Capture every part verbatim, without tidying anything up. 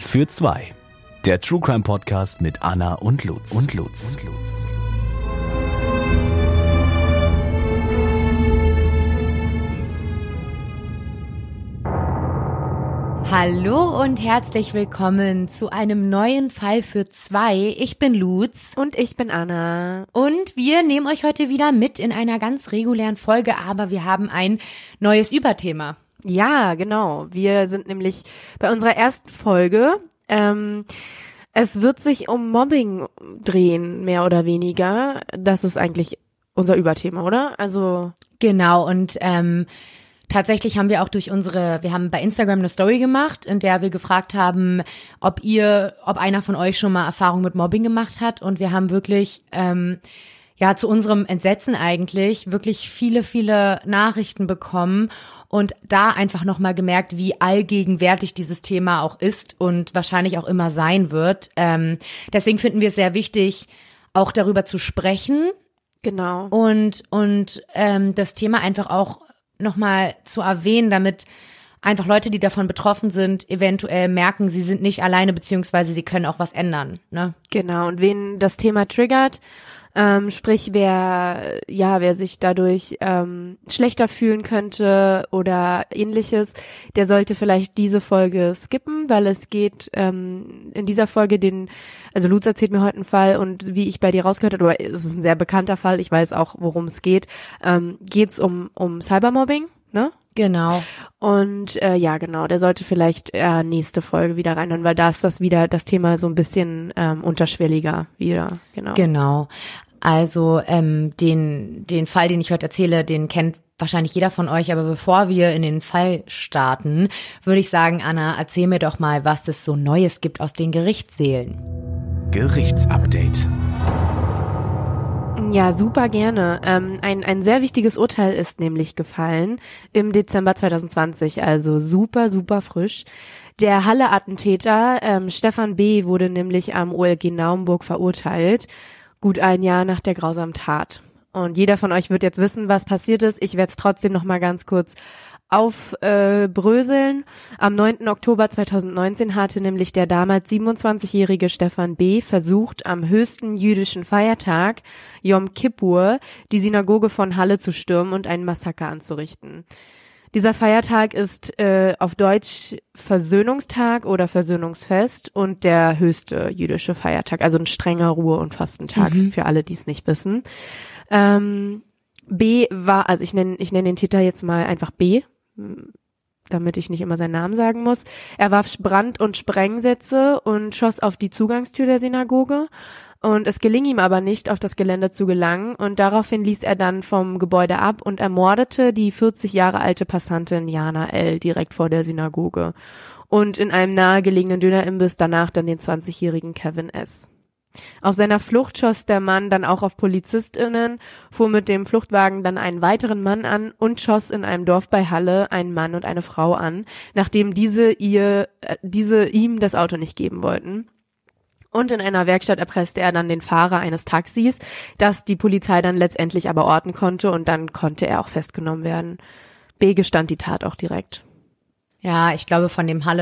für zwei. Der True Crime Podcast mit Anna und Lutz. Und Lutz. Und Lutz. Hallo und herzlich willkommen zu einem neuen Fall für zwei. Ich bin Lutz. Und ich bin Anna. Und wir nehmen euch heute wieder mit in einer ganz regulären Folge, aber wir haben ein neues Überthema. Ja, genau. Wir sind nämlich bei unserer ersten Folge. Ähm, es wird sich um Mobbing drehen, mehr oder weniger. Das ist eigentlich unser Überthema, oder? Also Genau, und ähm, tatsächlich haben wir auch durch unsere, wir haben bei Instagram eine Story gemacht, in der wir gefragt haben, ob ihr, ob einer von euch schon mal Erfahrung mit Mobbing gemacht hat. Und wir haben wirklich, ähm, ja, zu unserem Entsetzen eigentlich wirklich viele, viele Nachrichten bekommen und da einfach nochmal gemerkt, wie allgegenwärtig dieses Thema auch ist und wahrscheinlich auch immer sein wird. Ähm, deswegen finden wir es sehr wichtig, auch darüber zu sprechen. Genau. Und, und ähm, das Thema einfach auch nochmal zu erwähnen, damit einfach Leute, die davon betroffen sind, eventuell merken, sie sind nicht alleine, beziehungsweise sie können auch was ändern, ne? Genau, und wen das Thema triggert, ähm, sprich wer, ja, wer sich dadurch ähm, schlechter fühlen könnte oder ähnliches, der sollte vielleicht diese Folge skippen, weil es geht ähm, in dieser Folge den, also Lutz erzählt mir heute einen Fall und wie ich bei dir rausgehört habe, oder es ist ein sehr bekannter Fall, ich weiß auch, worum es geht, ähm, geht's um um Cybermobbing, ne? Genau. Und äh, ja, genau, der sollte vielleicht äh, nächste Folge wieder reinhören, weil da ist das wieder das Thema so ein bisschen ähm, unterschwelliger wieder, genau. Genau. Also ähm, den den Fall, den ich heute erzähle, den kennt wahrscheinlich jeder von euch, aber bevor wir in den Fall starten, würde ich sagen, Anna, erzähl mir doch mal, was es so Neues gibt aus den Gerichtssälen. Gerichtsupdate. Ja, super gerne. Ähm, ein, ein sehr wichtiges Urteil ist nämlich gefallen im Dezember zwanzig zwanzig, also super, super frisch. Der Halle-Attentäter ähm, Stefan B. wurde nämlich am O L G Naumburg verurteilt, gut ein Jahr nach der grausamen Tat. Und jeder von euch wird jetzt wissen, was passiert ist. Ich werde es trotzdem noch mal ganz kurz aufbröseln. Äh, Am neunten Oktober zweitausendneunzehn hatte nämlich der damals siebenundzwanzigjährige Stefan B. versucht, am höchsten jüdischen Feiertag, Yom Kippur, die Synagoge von Halle zu stürmen und einen Massaker anzurichten. Dieser Feiertag ist äh, auf Deutsch Versöhnungstag oder Versöhnungsfest und der höchste jüdische Feiertag, also ein strenger Ruhe- und Fastentag mhm. für alle, die es nicht wissen. Ähm, B war, also ich nenne ich nenne den Täter jetzt mal einfach B, damit ich nicht immer seinen Namen sagen muss. Er warf Brand- und Sprengsätze und schoss auf die Zugangstür der Synagoge. Und es geling ihm aber nicht, auf das Gelände zu gelangen. Und daraufhin ließ er dann vom Gebäude ab und ermordete die vierzig Jahre alte Passantin Jana L. direkt vor der Synagoge. Und in einem nahegelegenen Dönerimbiss danach dann den zwanzigjährigen Kevin S. Auf seiner Flucht schoss der Mann dann auch auf PolizistInnen, fuhr mit dem Fluchtwagen dann einen weiteren Mann an und schoss in einem Dorf bei Halle einen Mann und eine Frau an, nachdem diese ihr, äh, diese ihm das Auto nicht geben wollten. Und in einer Werkstatt erpresste er dann den Fahrer eines Taxis, das die Polizei dann letztendlich aber orten konnte und dann konnte er auch festgenommen werden. B. gestand die Tat auch direkt. Ja, ich glaube, von dem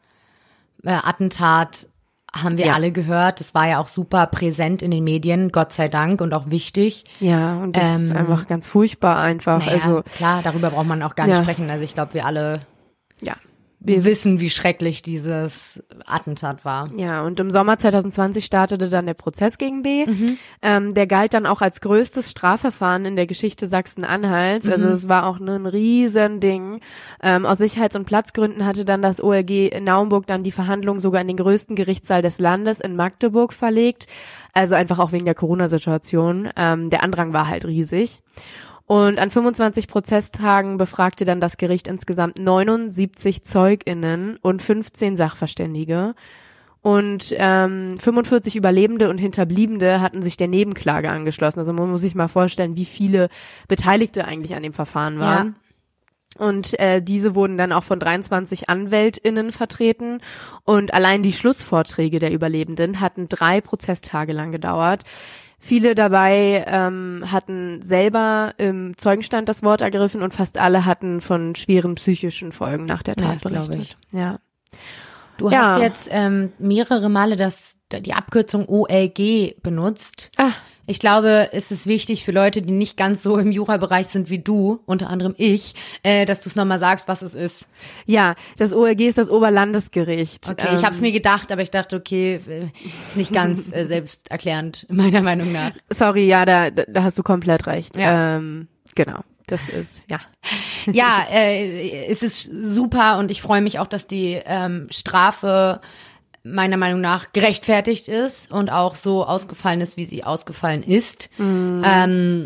Halle-Attentat haben wir ja alle gehört. Das war ja auch super präsent in den Medien, Gott sei Dank, und auch wichtig. Ja, und das ähm, ist einfach ganz furchtbar einfach. Naja, also klar, darüber braucht man auch gar nicht ja. sprechen. Also ich glaube, wir alle ja. wir wissen, wie schrecklich dieses Attentat war. Ja, und im Sommer zwanzig zwanzig startete dann der Prozess gegen B. Mhm. Ähm, der galt dann auch als größtes Strafverfahren in der Geschichte Sachsen-Anhalts. Mhm. Also es war auch ein Riesending. Ähm, aus Sicherheits- und Platzgründen hatte dann das O L G in Naumburg dann die Verhandlung sogar in den größten Gerichtssaal des Landes in Magdeburg verlegt. Also einfach auch wegen der Corona-Situation. Ähm, der Andrang war halt riesig. Und an fünfundzwanzig Prozesstagen befragte dann das Gericht insgesamt neunundsiebzig ZeugInnen und fünfzehn Sachverständige. Und ähm, fünfundvierzig Überlebende und Hinterbliebene hatten sich der Nebenklage angeschlossen. Also man muss sich mal vorstellen, wie viele Beteiligte eigentlich an dem Verfahren waren. Ja. Und äh, diese wurden dann auch von dreiundzwanzig AnwältInnen vertreten. Und allein die Schlussvorträge der Überlebenden hatten drei Prozesstage lang gedauert. Viele dabei ähm, hatten selber im Zeugenstand das Wort ergriffen und fast alle hatten von schweren psychischen Folgen nach der Tat ja, berichtet. Ich. Ja. Du Ja. hast jetzt ähm, mehrere Male das, die Abkürzung O L G benutzt. Ah. Ich glaube, es ist wichtig für Leute, die nicht ganz so im Jura-Bereich sind wie du, unter anderem ich, äh, dass du es nochmal sagst, was es ist. Ja, das O L G ist das Oberlandesgericht. Okay, Ähm, ich habe es mir gedacht, aber ich dachte, okay, äh, ist nicht ganz äh, selbsterklärend, meiner Meinung nach. Sorry, ja, da, da hast du komplett recht. Ja. Ähm, genau, das ist, ja. Ja, äh, es ist super und ich freue mich auch, dass die ähm, Strafe meiner Meinung nach gerechtfertigt ist und auch so ausgefallen ist, wie sie ausgefallen ist. Mhm. Ähm,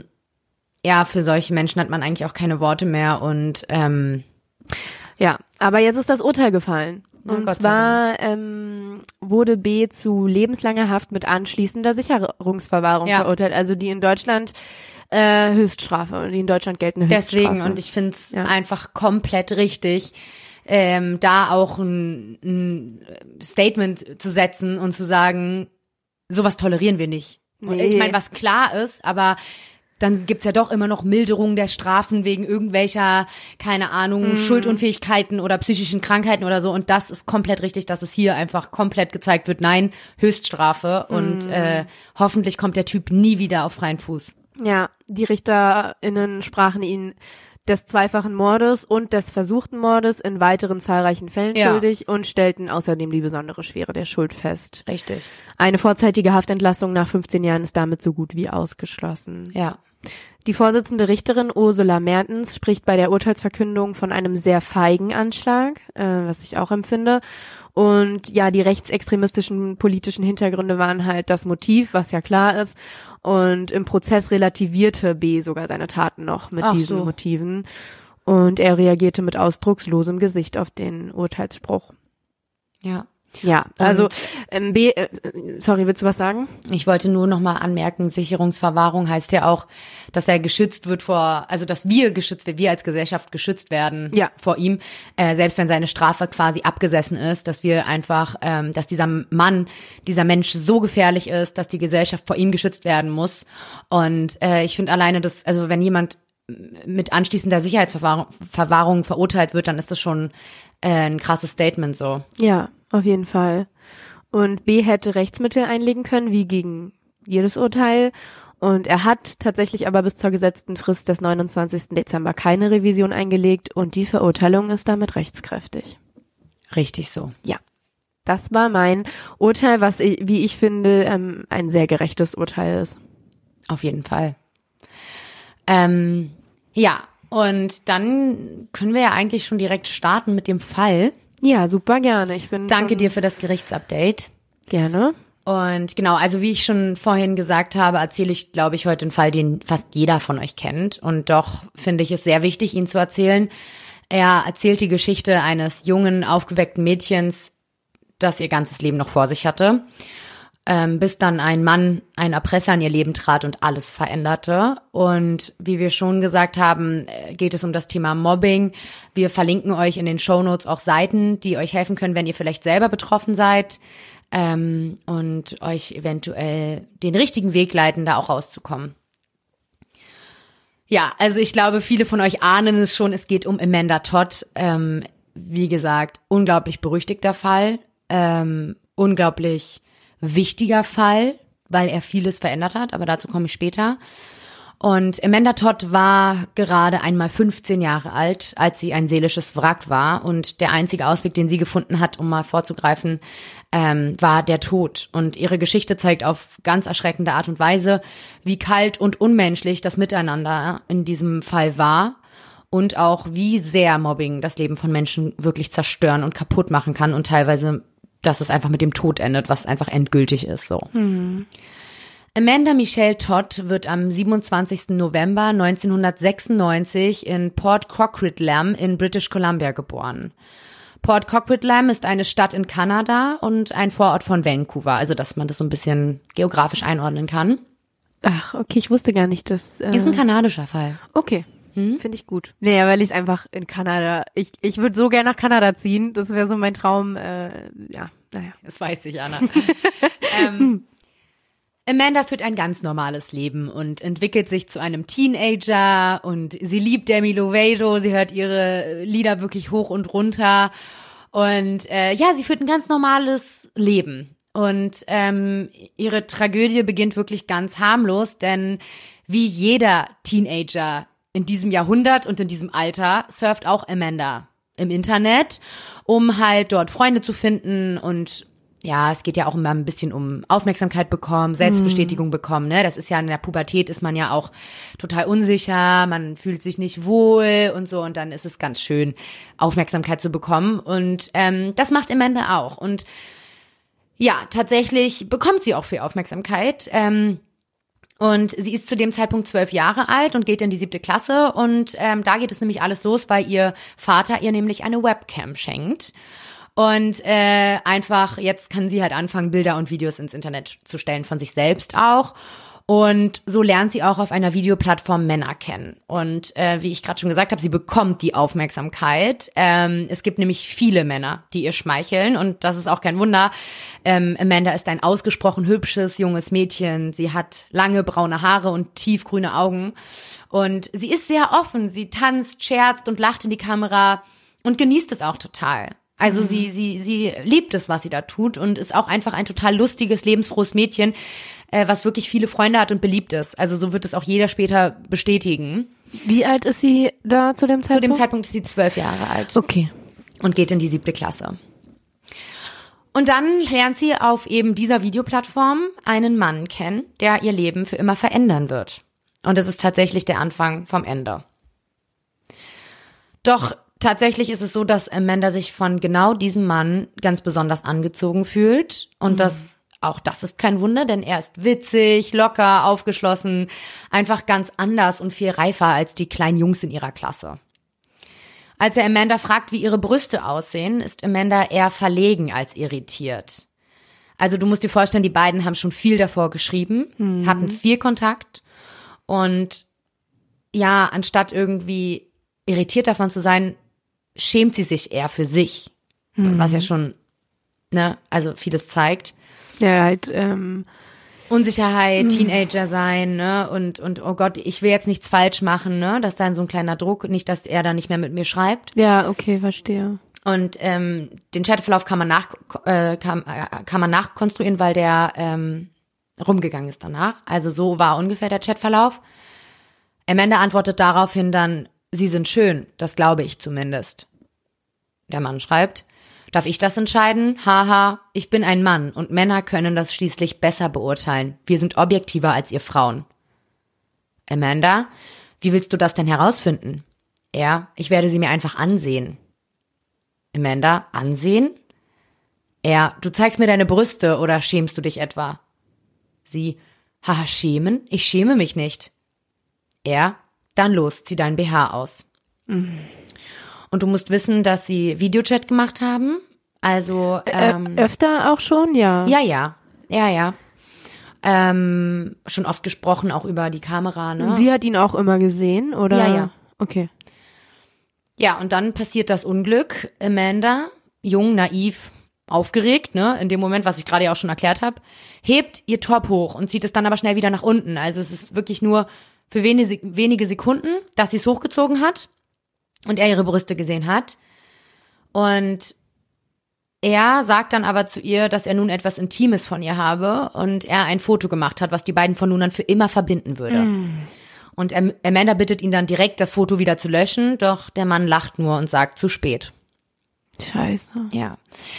ja, für solche Menschen hat man eigentlich auch keine Worte mehr und ähm, Ja, aber jetzt ist das Urteil gefallen. Oh, Und Gott sei zwar ähm, wurde B zu lebenslanger Haft mit anschließender Sicherungsverwahrung Ja. verurteilt. Also die in Deutschland äh, Höchststrafe, die in Deutschland geltende Höchststrafe. deswegen, und ich finde es Ja. einfach komplett richtig, ähm, da auch ein, ein Statement zu setzen und zu sagen, sowas tolerieren wir nicht. Und Nee. ich meine, was klar ist, aber dann gibt's ja doch immer noch Milderungen der Strafen wegen irgendwelcher, keine Ahnung, Mhm. Schuldunfähigkeiten oder psychischen Krankheiten oder so. Und das ist komplett richtig, dass es hier einfach komplett gezeigt wird, nein, Höchststrafe. Mhm. Und äh, hoffentlich kommt der Typ nie wieder auf freien Fuß. Ja, die RichterInnen sprachen ihn des zweifachen Mordes und des versuchten Mordes in weiteren zahlreichen Fällen Ja. schuldig und stellten außerdem die besondere Schwere der Schuld fest. Richtig. Eine vorzeitige Haftentlassung nach fünfzehn Jahren ist damit so gut wie ausgeschlossen. Ja. Die Vorsitzende Richterin Ursula Mertens spricht bei der Urteilsverkündung von einem sehr feigen Anschlag, äh, was ich auch empfinde. Und ja, die rechtsextremistischen politischen Hintergründe waren halt das Motiv, was ja klar ist. Und im Prozess relativierte B sogar seine Taten noch mit Ach diesen so. Motiven. Und er reagierte mit ausdruckslosem Gesicht auf den Urteilsspruch. Ja. Ja, also Und- ähm, B, äh, sorry, willst du was sagen? Ich wollte nur noch mal anmerken, Sicherungsverwahrung heißt ja auch, dass er geschützt wird vor, also dass wir geschützt werden, wir als Gesellschaft geschützt werden Ja. vor ihm, äh, selbst wenn seine Strafe quasi abgesessen ist, dass wir einfach, ähm, dass dieser Mann, dieser Mensch so gefährlich ist, dass die Gesellschaft vor ihm geschützt werden muss. Und äh, ich finde alleine, dass, also wenn jemand mit anschließender Sicherheitsverwahrung Verwahrung verurteilt wird, dann ist das schon äh, ein krasses Statement so. Ja, auf jeden Fall. Und B hätte Rechtsmittel einlegen können, wie gegen jedes Urteil. Und er hat tatsächlich aber bis zur gesetzten Frist des neunundzwanzigsten Dezember keine Revision eingelegt und die Verurteilung ist damit rechtskräftig. Richtig so. Ja, das war mein Urteil, was, ich, wie ich finde, ähm, ein sehr gerechtes Urteil ist. Auf jeden Fall. Ähm, ja, und dann können wir ja eigentlich schon direkt starten mit dem Fall. Ja, super gerne. Ich bin Danke schon dir für das Gerichtsupdate. Gerne. Und genau, also wie ich schon vorhin gesagt habe, erzähle ich, glaube ich, heute einen Fall, den fast jeder von euch kennt. Und doch finde ich es sehr wichtig, ihn zu erzählen. Er erzählt die Geschichte eines jungen, aufgeweckten Mädchens, das ihr ganzes Leben noch vor sich hatte. Ähm, bis dann ein Mann, ein Erpresser in ihr Leben trat und alles veränderte. Und wie wir schon gesagt haben, äh, geht es um das Thema Mobbing. Wir verlinken euch in den Shownotes auch Seiten, die euch helfen können, wenn ihr vielleicht selber betroffen seid, ähm, und euch eventuell den richtigen Weg leiten, da auch rauszukommen. Ja, also ich glaube, viele von euch ahnen es schon, es geht um Amanda Todd. Ähm, wie gesagt, unglaublich berüchtigter Fall, ähm, unglaublich wichtiger Fall, weil er vieles verändert hat, aber dazu komme ich später. Und Amanda Todd war gerade einmal fünfzehn Jahre alt, als sie ein seelisches Wrack war, und der einzige Ausweg, den sie gefunden hat, um mal vorzugreifen, ähm, war der Tod. Und ihre Geschichte zeigt auf ganz erschreckende Art und Weise, wie kalt und unmenschlich das Miteinander in diesem Fall war und auch wie sehr Mobbing das Leben von Menschen wirklich zerstören und kaputt machen kann und teilweise, dass es einfach mit dem Tod endet, was einfach endgültig ist, so. Mhm. Amanda Michelle Todd wird am siebenundzwanzigsten November neunzehnhundertsechsundneunzig in Port Coquitlam in British Columbia geboren. Port Coquitlam ist eine Stadt in Kanada und ein Vorort von Vancouver, also dass man das so ein bisschen geografisch einordnen kann. Ach, okay, ich wusste gar nicht, dass... Äh, Ist ein kanadischer Fall. Okay, hm? Finde ich gut. Naja, weil ich es einfach in Kanada... Ich, ich würde so gerne nach Kanada ziehen, das wäre so mein Traum. Äh, ja, naja. Das weiß ich, Anna. ähm, Amanda führt ein ganz normales Leben und entwickelt sich zu einem Teenager und sie liebt Demi Lovato, sie hört ihre Lieder wirklich hoch und runter Und äh, ja, sie führt ein ganz normales Leben. Und ähm, ihre Tragödie beginnt wirklich ganz harmlos, denn wie jeder Teenager in diesem Jahrhundert und in diesem Alter surft auch Amanda im Internet, um halt dort Freunde zu finden. Und ja, es geht ja auch immer ein bisschen um Aufmerksamkeit bekommen, Selbstbestätigung bekommen, ne? Das ist ja in der Pubertät ist man ja auch total unsicher, man fühlt sich nicht wohl und so. Und dann ist es ganz schön, Aufmerksamkeit zu bekommen. Und ähm, das macht Amanda auch. Und ja, tatsächlich bekommt sie auch viel Aufmerksamkeit. Ähm, und sie ist zu dem Zeitpunkt zwölf Jahre alt und geht in die siebte Klasse. Und ähm, da geht es nämlich alles los, weil ihr Vater ihr nämlich eine Webcam schenkt. Und äh, einfach, jetzt kann sie halt anfangen, Bilder und Videos ins Internet zu stellen, von sich selbst auch. Und so lernt sie auch auf einer Videoplattform Männer kennen. Und äh, wie ich gerade schon gesagt habe, sie bekommt die Aufmerksamkeit. Ähm, es gibt nämlich viele Männer, die ihr schmeicheln. Und das ist auch kein Wunder. Ähm, Amanda ist ein ausgesprochen hübsches, junges Mädchen. Sie hat lange braune Haare und tiefgrüne Augen. Und sie ist sehr offen. Sie tanzt, scherzt und lacht in die Kamera und genießt es auch total. Also mhm. sie sie sie liebt es, was sie da tut und ist auch einfach ein total lustiges, lebensfrohes Mädchen, äh, was wirklich viele Freunde hat und beliebt ist. Also so wird es auch jeder später bestätigen. Wie alt ist sie da zu dem Zeitpunkt? Zu dem Zeitpunkt ist sie zwölf Jahre alt. Okay. Und geht in die siebte Klasse. Und dann lernt sie auf eben dieser Videoplattform einen Mann kennen, der ihr Leben für immer verändern wird. Und es ist tatsächlich der Anfang vom Ende. Doch tatsächlich ist es so, dass Amanda sich von genau diesem Mann ganz besonders angezogen fühlt. Und mhm. das, auch das ist kein Wunder, denn er ist witzig, locker, aufgeschlossen, einfach ganz anders und viel reifer als die kleinen Jungs in ihrer Klasse. Als er Amanda fragt, wie ihre Brüste aussehen, ist Amanda eher verlegen als irritiert. Also du musst dir vorstellen, die beiden haben schon viel davor geschrieben, mhm. hatten viel Kontakt und ja, anstatt irgendwie irritiert davon zu sein, schämt sie sich eher für sich, mhm. was ja schon, ne, also vieles zeigt. Ja, halt, ähm. Unsicherheit, Teenager sein, ne, und, und, oh Gott, ich will jetzt nichts falsch machen, ne, das ist dann so ein kleiner Druck, nicht, dass er da nicht mehr mit mir schreibt. Ja, okay, verstehe. Und, ähm, den Chatverlauf kann man nach, äh, kann, äh, kann man nachkonstruieren, weil der, ähm, rumgegangen ist danach. Also so war ungefähr der Chatverlauf. Amanda antwortet daraufhin dann, Sie sind schön, das glaube ich zumindest. Der Mann schreibt, darf ich das entscheiden? Haha, ich bin ein Mann und Männer können das schließlich besser beurteilen. Wir sind objektiver als ihr Frauen. Amanda, wie willst du das denn herausfinden? Er, ich werde sie mir einfach ansehen. Amanda, ansehen? Er, du zeigst mir deine Brüste oder schämst du dich etwa? Sie, haha, schämen? Ich schäme mich nicht. Er, dann los, zieh deinen B H aus. Mhm. Und du musst wissen, dass sie Videochat gemacht haben. Also ähm, Ö- öfter auch schon, ja. Ja, ja, ja, ja. Ähm, schon oft gesprochen, auch über die Kamera, ne? Und sie hat ihn auch immer gesehen, oder? Ja, ja. Okay. Ja, und dann passiert das Unglück. Amanda, jung, naiv, aufgeregt, ne? In dem Moment, was ich gerade ja auch schon erklärt habe, hebt ihr Top hoch und zieht es dann aber schnell wieder nach unten. Also es ist wirklich nur für wenige, wenige Sekunden, dass sie es hochgezogen hat und er ihre Brüste gesehen hat. Und er sagt dann aber zu ihr, dass er nun etwas Intimes von ihr habe und er ein Foto gemacht hat, was die beiden von nun an für immer verbinden würde. Mm. Und Amanda bittet ihn dann direkt, das Foto wieder zu löschen, doch der Mann lacht nur und sagt, zu spät. Scheiße. Ja.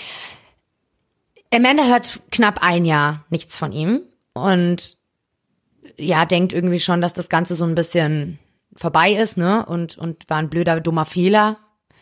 Amanda hört knapp ein Jahr nichts von ihm und ja, denkt irgendwie schon, dass das Ganze so ein bisschen vorbei ist, ne? Und, und war ein blöder, dummer Fehler.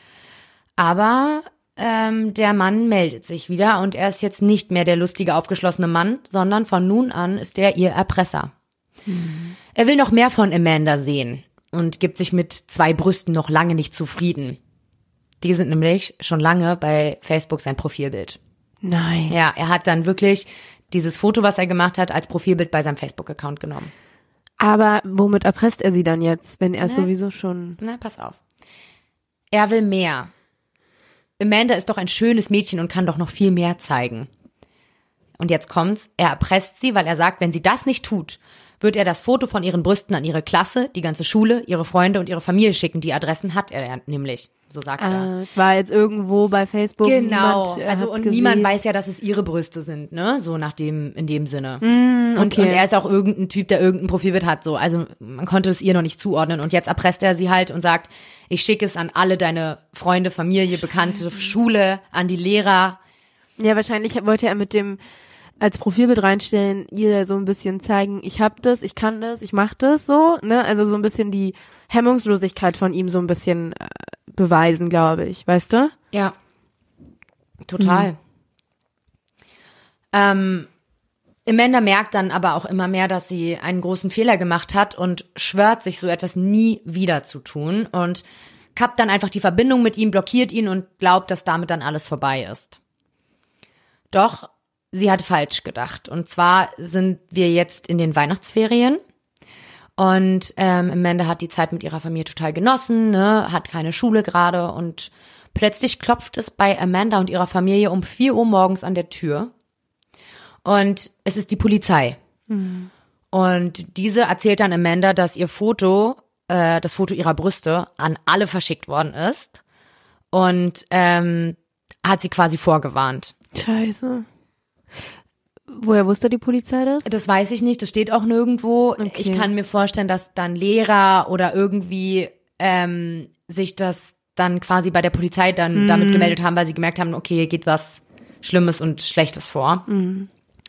Aber ähm, der Mann meldet sich wieder und er ist jetzt nicht mehr der lustige, aufgeschlossene Mann, sondern von nun an ist er ihr Erpresser. Mhm. Er will noch mehr von Amanda sehen und gibt sich mit zwei Brüsten noch lange nicht zufrieden. Die sind nämlich schon lange bei Facebook sein Profilbild. Nein. Ja, er hat dann wirklich dieses Foto, was er gemacht hat, als Profilbild bei seinem Facebook-Account genommen. Aber womit erpresst er sie dann jetzt, wenn er Na, sowieso schon... Na, pass auf. Er will mehr. Amanda ist doch ein schönes Mädchen und kann doch noch viel mehr zeigen. Und jetzt kommt's, er erpresst sie, weil er sagt, wenn sie das nicht tut, wird er das Foto von ihren Brüsten an ihre Klasse, die ganze Schule, ihre Freunde und ihre Familie schicken. Die Adressen hat er nämlich, so sagt er. Ah, es war jetzt irgendwo bei Facebook. Genau, niemand, äh, also hat's und gesehen. niemand weiß ja, dass es ihre Brüste sind, ne, so nach dem, in dem Sinne. Mm, und, okay. und er ist auch irgendein Typ, der irgendein Profilbild hat, so, also man konnte es ihr noch nicht zuordnen und jetzt erpresst er sie halt und sagt, ich schicke es an alle deine Freunde, Familie, Bekannte, Schule, an die Lehrer. Ja, wahrscheinlich wollte er mit dem als Profilbild reinstellen, ihr so ein bisschen zeigen, ich hab das, ich kann das, ich mach das so, ne? Also so ein bisschen die Hemmungslosigkeit von ihm so ein bisschen äh, beweisen, glaube ich, weißt du? Ja, total. Mhm. Ähm, Amanda merkt dann aber auch immer mehr, dass sie einen großen Fehler gemacht hat und schwört sich, so etwas nie wieder zu tun und kappt dann einfach die Verbindung mit ihm, blockiert ihn und glaubt, dass damit dann alles vorbei ist. Doch sie hat falsch gedacht. Und zwar sind wir jetzt in den Weihnachtsferien und ähm, Amanda hat die Zeit mit ihrer Familie total genossen, ne, hat keine Schule gerade und plötzlich klopft es bei Amanda und ihrer Familie um vier Uhr morgens an der Tür und es ist die Polizei. Mhm. Und diese erzählt dann Amanda, dass ihr Foto, äh, das Foto ihrer Brüste an alle verschickt worden ist und ähm, hat sie quasi vorgewarnt. Scheiße. Woher wusste die Polizei das? Das weiß ich nicht, das steht auch nirgendwo. Okay. Ich kann mir vorstellen, dass dann Lehrer oder irgendwie ähm, sich das dann quasi bei der Polizei dann mm. damit gemeldet haben, weil sie gemerkt haben, okay, hier geht was Schlimmes und Schlechtes vor. Mm.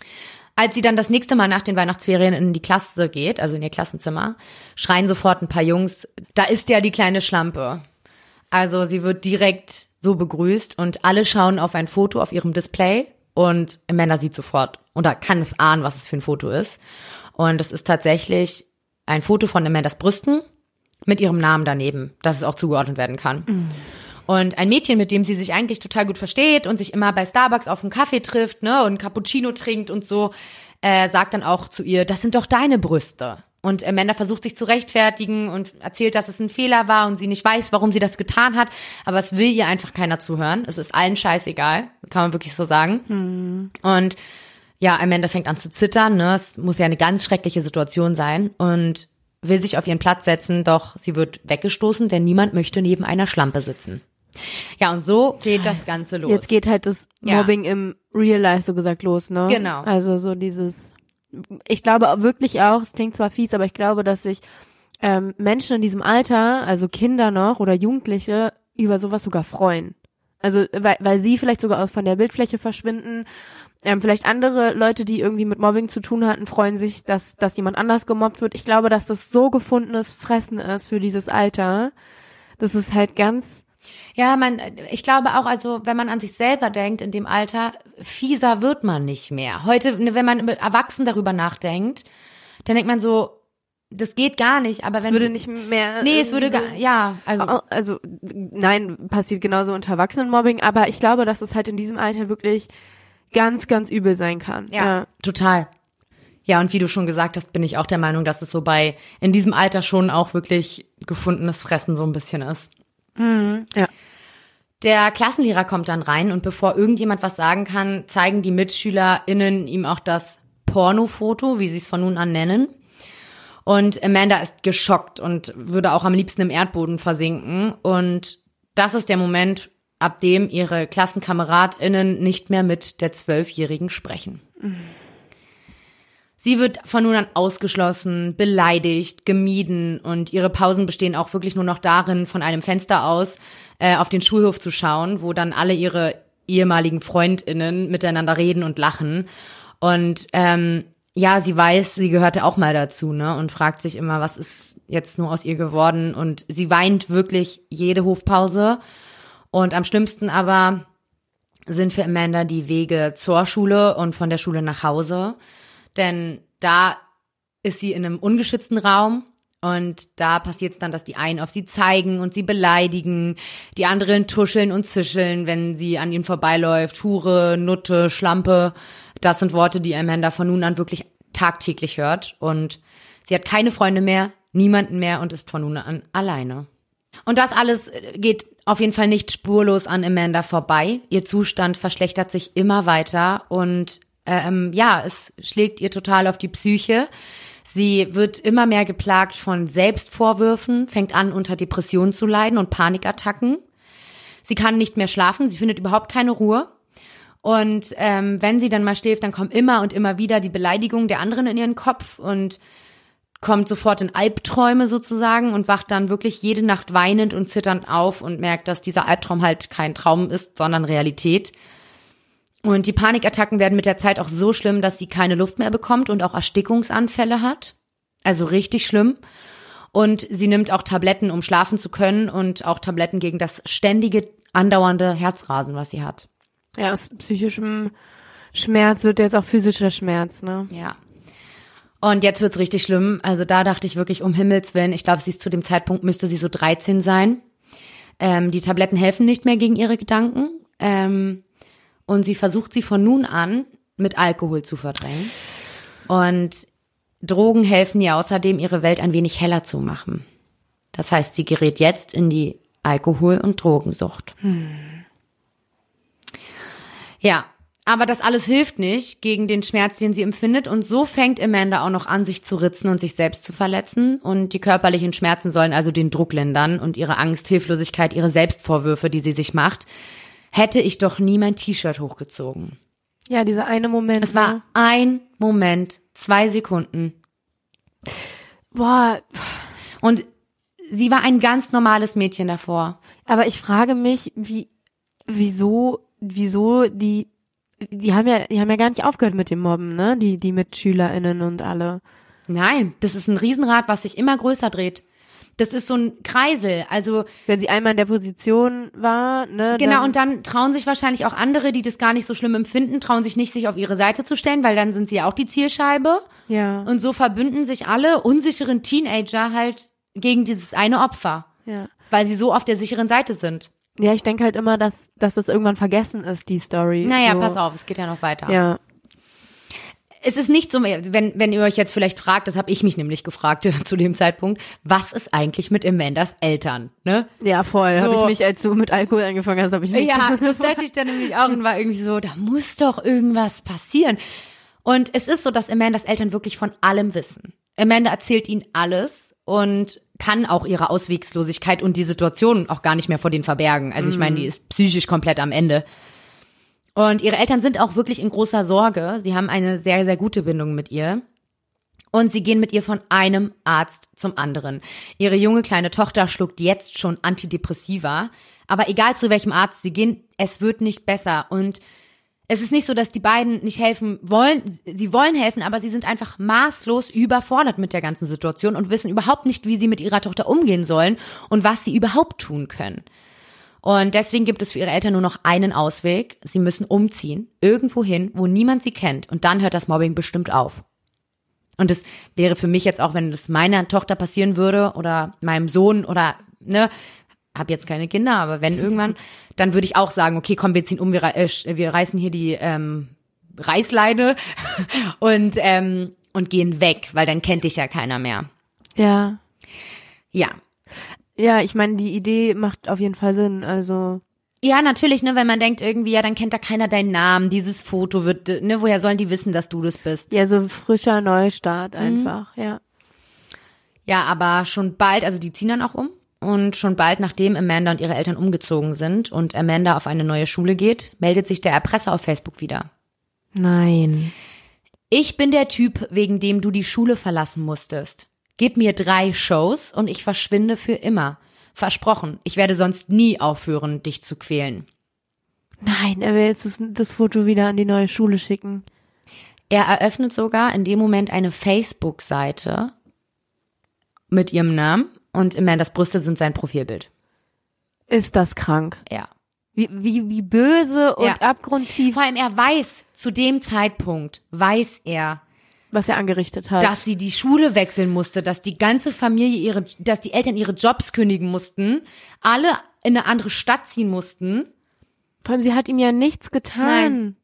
Als sie dann das nächste Mal nach den Weihnachtsferien in die Klasse geht, also in ihr Klassenzimmer, schreien sofort ein paar Jungs, da ist ja die kleine Schlampe. Also sie wird direkt so begrüßt und alle schauen auf ein Foto auf ihrem Display und Amanda sieht sofort oder kann es ahnen, was es für ein Foto ist. Und es ist tatsächlich ein Foto von Amandas Brüsten mit ihrem Namen daneben, dass es auch zugeordnet werden kann. Mhm. Und ein Mädchen, mit dem sie sich eigentlich total gut versteht und sich immer bei Starbucks auf einen Kaffee trifft, ne, und Cappuccino trinkt und so, äh, sagt dann auch zu ihr, das sind doch deine Brüste. Und Amanda versucht sich zu rechtfertigen und erzählt, dass es ein Fehler war und sie nicht weiß, warum sie das getan hat. Aber es will ihr einfach keiner zuhören. Es ist allen scheißegal, kann man wirklich so sagen. Hm. Und ja, Amanda fängt an zu zittern. Ne? Es muss ja eine ganz schreckliche Situation sein und will sich auf ihren Platz setzen. Doch sie wird weggestoßen, denn niemand möchte neben einer Schlampe sitzen. Ja, und so geht Scheiße. Das Ganze los. Jetzt geht halt das Mobbing ja. im Real Life so gesagt los, ne? Genau. Also so dieses... Ich glaube wirklich auch, es klingt zwar fies, aber ich glaube, dass sich ähm, Menschen in diesem Alter, also Kinder noch oder Jugendliche, über sowas sogar freuen. Also weil, weil sie vielleicht sogar von der Bildfläche verschwinden. Ähm, vielleicht andere Leute, die irgendwie mit Mobbing zu tun hatten, freuen sich, dass, dass jemand anders gemobbt wird. Ich glaube, dass das so gefundenes Fressen ist für dieses Alter. Das ist halt ganz... Ja, man, ich glaube auch, also wenn man an sich selber denkt in dem Alter, fieser wird man nicht mehr. Heute, wenn man erwachsen darüber nachdenkt, dann denkt man so, das geht gar nicht. Aber es wenn würde nicht mehr. Nee, es würde so, gar, ja, also also nein, passiert genauso unter Erwachsenenmobbing, aber ich glaube, dass es halt in diesem Alter wirklich ganz, ganz übel sein kann. Ja, ja, total. Ja, und wie du schon gesagt hast, bin ich auch der Meinung, dass es so bei in diesem Alter schon auch wirklich gefundenes Fressen so ein bisschen ist. Mhm, ja. Der Klassenlehrer kommt dann rein und bevor irgendjemand was sagen kann, zeigen die MitschülerInnen ihm auch das Pornofoto, wie sie es von nun an nennen. Und Amanda ist geschockt und würde auch am liebsten im Erdboden versinken. Und das ist der Moment, ab dem ihre KlassenkameradInnen nicht mehr mit der Zwölfjährigen sprechen. Mhm. Sie wird von nun an ausgeschlossen, beleidigt, gemieden und ihre Pausen bestehen auch wirklich nur noch darin, von einem Fenster aus äh, auf den Schulhof zu schauen, wo dann alle ihre ehemaligen FreundInnen miteinander reden und lachen. Und ähm, ja, sie weiß, sie gehörte auch mal dazu, ne, und fragt sich immer, was ist jetzt nur aus ihr geworden? Und sie weint wirklich jede Hofpause. Und am schlimmsten aber sind für Amanda die Wege zur Schule und von der Schule nach Hause. Denn da ist sie in einem ungeschützten Raum und da passiert es dann, dass die einen auf sie zeigen und sie beleidigen, die anderen tuscheln und zischeln, wenn sie an ihnen vorbeiläuft. Hure, Nutte, Schlampe, das sind Worte, die Amanda von nun an wirklich tagtäglich hört. Und sie hat keine Freunde mehr, niemanden mehr und ist von nun an alleine. Und das alles geht auf jeden Fall nicht spurlos an Amanda vorbei. Ihr Zustand verschlechtert sich immer weiter und Ähm, ja, es schlägt ihr total auf die Psyche. Sie wird immer mehr geplagt von Selbstvorwürfen, fängt an, unter Depressionen zu leiden und Panikattacken. Sie kann nicht mehr schlafen, sie findet überhaupt keine Ruhe. Und ähm, wenn sie dann mal schläft, dann kommen immer und immer wieder die Beleidigungen der anderen in ihren Kopf und kommt sofort in Albträume sozusagen und wacht dann wirklich jede Nacht weinend und zitternd auf und merkt, dass dieser Albtraum halt kein Traum ist, sondern Realität. Und die Panikattacken werden mit der Zeit auch so schlimm, dass sie keine Luft mehr bekommt und auch Erstickungsanfälle hat. Also richtig schlimm. Und sie nimmt auch Tabletten, um schlafen zu können und auch Tabletten gegen das ständige, andauernde Herzrasen, was sie hat. Ja, aus psychischem Schmerz wird jetzt auch physischer Schmerz, ne? Ja. Und jetzt wird's richtig schlimm. Also da dachte ich wirklich, um Himmels Willen, ich glaube, sie ist zu dem Zeitpunkt, müsste sie so dreizehn sein. Ähm, die Tabletten helfen nicht mehr gegen ihre Gedanken. Ähm, Und sie versucht sie von nun an mit Alkohol zu verdrängen. Und Drogen helfen ihr außerdem, ihre Welt ein wenig heller zu machen. Das heißt, sie gerät jetzt in die Alkohol- und Drogensucht. Hm. Ja, aber das alles hilft nicht gegen den Schmerz, den sie empfindet. Und so fängt Amanda auch noch an, sich zu ritzen und sich selbst zu verletzen. Und die körperlichen Schmerzen sollen also den Druck lindern und ihre Angst, Hilflosigkeit, ihre Selbstvorwürfe, die sie sich macht. Hätte ich doch nie mein T-Shirt hochgezogen. Ja, dieser eine Moment. Es war ne? ein Moment, zwei Sekunden. Boah. Und sie war ein ganz normales Mädchen davor. Aber ich frage mich, wie, wieso, wieso die, die haben ja, die haben ja gar nicht aufgehört mit dem Mobben, ne? Die, die MitschülerInnen und alle. Nein, das ist ein Riesenrad, was sich immer größer dreht. Das ist so ein Kreisel, also. Wenn sie einmal in der Position war, ne? Genau, dann, und dann trauen sich wahrscheinlich auch andere, die das gar nicht so schlimm empfinden, trauen sich nicht, sich auf ihre Seite zu stellen, weil dann sind sie ja auch die Zielscheibe. Ja. Und so verbünden sich alle unsicheren Teenager halt gegen dieses eine Opfer. Ja. Weil sie so auf der sicheren Seite sind. Ja, ich denke halt immer, dass, dass das irgendwann vergessen ist, die Story. Naja, so. pass auf, es geht ja noch weiter. Ja. Es ist nicht so, wenn, wenn ihr euch jetzt vielleicht fragt, das habe ich mich nämlich gefragt zu dem Zeitpunkt, was ist eigentlich mit Amandas Eltern, ne? Ja, voll. So. Habe ich mich, als du mit Alkohol angefangen hast, habe ich nicht. Ja, das dachte ich dann nämlich auch und war irgendwie so, da muss doch irgendwas passieren. Und es ist so, dass Amandas Eltern wirklich von allem wissen. Amanda erzählt ihnen alles und kann auch ihre Auswegslosigkeit und die Situation auch gar nicht mehr vor denen verbergen. Also ich meine, die ist psychisch komplett am Ende. Und ihre Eltern sind auch wirklich in großer Sorge. Sie haben eine sehr, sehr gute Bindung mit ihr. Und sie gehen mit ihr von einem Arzt zum anderen. Ihre junge kleine Tochter schluckt jetzt schon Antidepressiva. Aber egal zu welchem Arzt sie gehen, es wird nicht besser. Und es ist nicht so, dass die beiden nicht helfen wollen. Sie wollen helfen, aber sie sind einfach maßlos überfordert mit der ganzen Situation und wissen überhaupt nicht, wie sie mit ihrer Tochter umgehen sollen und was sie überhaupt tun können. Und deswegen gibt es für ihre Eltern nur noch einen Ausweg. Sie müssen umziehen, irgendwo hin, wo niemand sie kennt. Und dann hört das Mobbing bestimmt auf. Und das wäre für mich jetzt auch, wenn das meiner Tochter passieren würde oder meinem Sohn oder, ne, hab jetzt keine Kinder, aber wenn irgendwann, dann würde ich auch sagen, okay, komm, wir ziehen um, wir, äh, wir reißen hier die ähm, Reißleine und, ähm, und gehen weg, weil dann kennt dich ja keiner mehr. Ja. Ja. Ja, ich meine, die Idee macht auf jeden Fall Sinn, also. Ja, natürlich, ne, wenn man denkt irgendwie, ja, dann kennt da keiner deinen Namen, dieses Foto wird, ne, woher sollen die wissen, dass du das bist? Ja, so frischer Neustart einfach, mhm. ja. Ja, aber schon bald, also die ziehen dann auch um und schon bald, nachdem Amanda und ihre Eltern umgezogen sind und Amanda auf eine neue Schule geht, meldet sich der Erpresser auf Facebook wieder. Nein. Ich bin der Typ, wegen dem du die Schule verlassen musstest. Gib mir drei Shows und ich verschwinde für immer. Versprochen, ich werde sonst nie aufhören, dich zu quälen. Nein, er will jetzt das, das Foto wieder an die neue Schule schicken. Er eröffnet sogar in dem Moment eine Facebook-Seite mit ihrem Namen und Amandas Brüste sind sein Profilbild. Ist das krank? Ja. Wie, wie, wie böse und ja. abgrundtief. Vor allem, er weiß, zu dem Zeitpunkt weiß er, was er angerichtet hat. Dass sie die Schule wechseln musste, dass die ganze Familie ihre, dass die Eltern ihre Jobs kündigen mussten, alle in eine andere Stadt ziehen mussten. Vor allem, sie hat ihm ja nichts getan.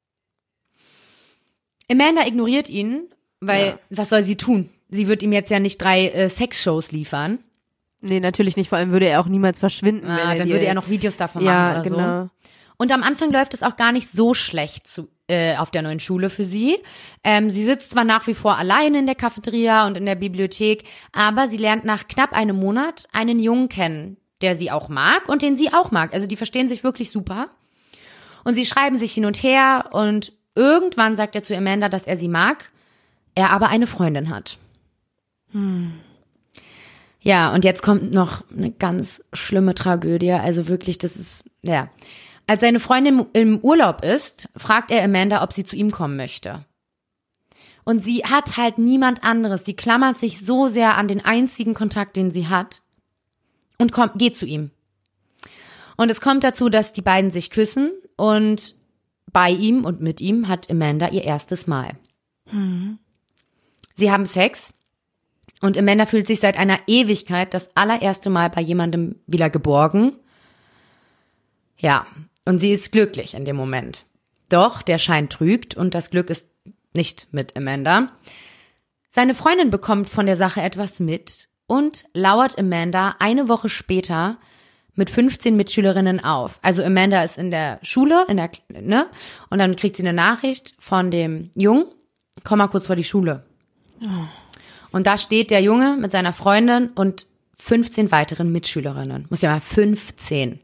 Nein. Amanda ignoriert ihn, weil, ja. was soll sie tun? Sie wird ihm jetzt ja nicht drei äh, Sexshows liefern. Nee, natürlich nicht. Vor allem würde er auch niemals verschwinden. Ah, wenn er dann die, würde er noch Videos davon ja, machen oder genau. so. Und am Anfang läuft es auch gar nicht so schlecht zu, äh, auf der neuen Schule für sie. Ähm, sie sitzt zwar nach wie vor alleine in der Cafeteria und in der Bibliothek, aber sie lernt nach knapp einem Monat einen Jungen kennen, der sie auch mag und den sie auch mag. Also die verstehen sich wirklich super. Und sie schreiben sich hin und her und irgendwann sagt er zu Amanda, dass er sie mag, er aber eine Freundin hat. Hm. Ja, und jetzt kommt noch eine ganz schlimme Tragödie. Also wirklich, das ist, ja. Als seine Freundin im Urlaub ist, fragt er Amanda, ob sie zu ihm kommen möchte. Und sie hat halt niemand anderes. Sie klammert sich so sehr an den einzigen Kontakt, den sie hat und kommt, geht zu ihm. Und es kommt dazu, dass die beiden sich küssen und bei ihm und mit ihm hat Amanda ihr erstes Mal. Mhm. Sie haben Sex und Amanda fühlt sich seit einer Ewigkeit das allererste Mal bei jemandem wieder geborgen. Ja, und sie ist glücklich in dem Moment. Doch der Schein trügt und das Glück ist nicht mit Amanda. Seine Freundin bekommt von der Sache etwas mit und lauert Amanda eine Woche später mit fünfzehn Mitschülerinnen auf. Also Amanda ist in der Schule, in der, ne? Und dann kriegt sie eine Nachricht von dem Jungen, komm mal kurz vor die Schule. Oh. Und da steht der Junge mit seiner Freundin und fünfzehn weiteren Mitschülerinnen. Muss ja mal fünfzehn.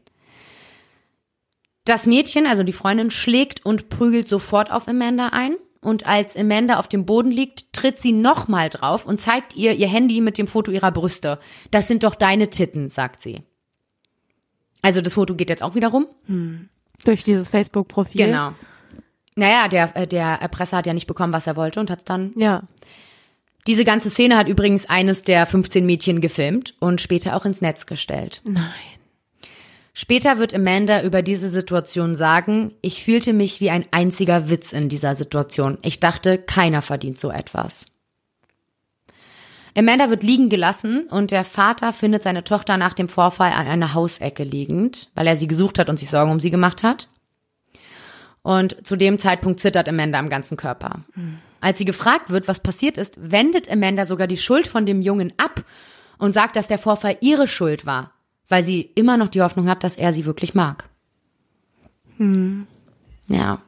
Das Mädchen, also die Freundin, schlägt und prügelt sofort auf Amanda ein. Und als Amanda auf dem Boden liegt, tritt sie nochmal drauf und zeigt ihr ihr Handy mit dem Foto ihrer Brüste. Das sind doch deine Titten, sagt sie. Also das Foto geht jetzt auch wieder rum. Hm. Durch dieses Facebook-Profil. Genau. Naja, der, der Erpresser hat ja nicht bekommen, was er wollte und hat dann... Ja. Diese ganze Szene hat übrigens eines der fünfzehn Mädchen gefilmt und später auch ins Netz gestellt. Nein. Später wird Amanda über diese Situation sagen, ich fühlte mich wie ein einziger Witz in dieser Situation. Ich dachte, keiner verdient so etwas. Amanda wird liegen gelassen und der Vater findet seine Tochter nach dem Vorfall an einer Hausecke liegend, weil er sie gesucht hat und sich Sorgen um sie gemacht hat. Und zu dem Zeitpunkt zittert Amanda am ganzen Körper. Mhm. Als sie gefragt wird, was passiert ist, wendet Amanda sogar die Schuld von dem Jungen ab und sagt, dass der Vorfall ihre Schuld war, weil sie immer noch die Hoffnung hat, dass er sie wirklich mag. Hm. Ja.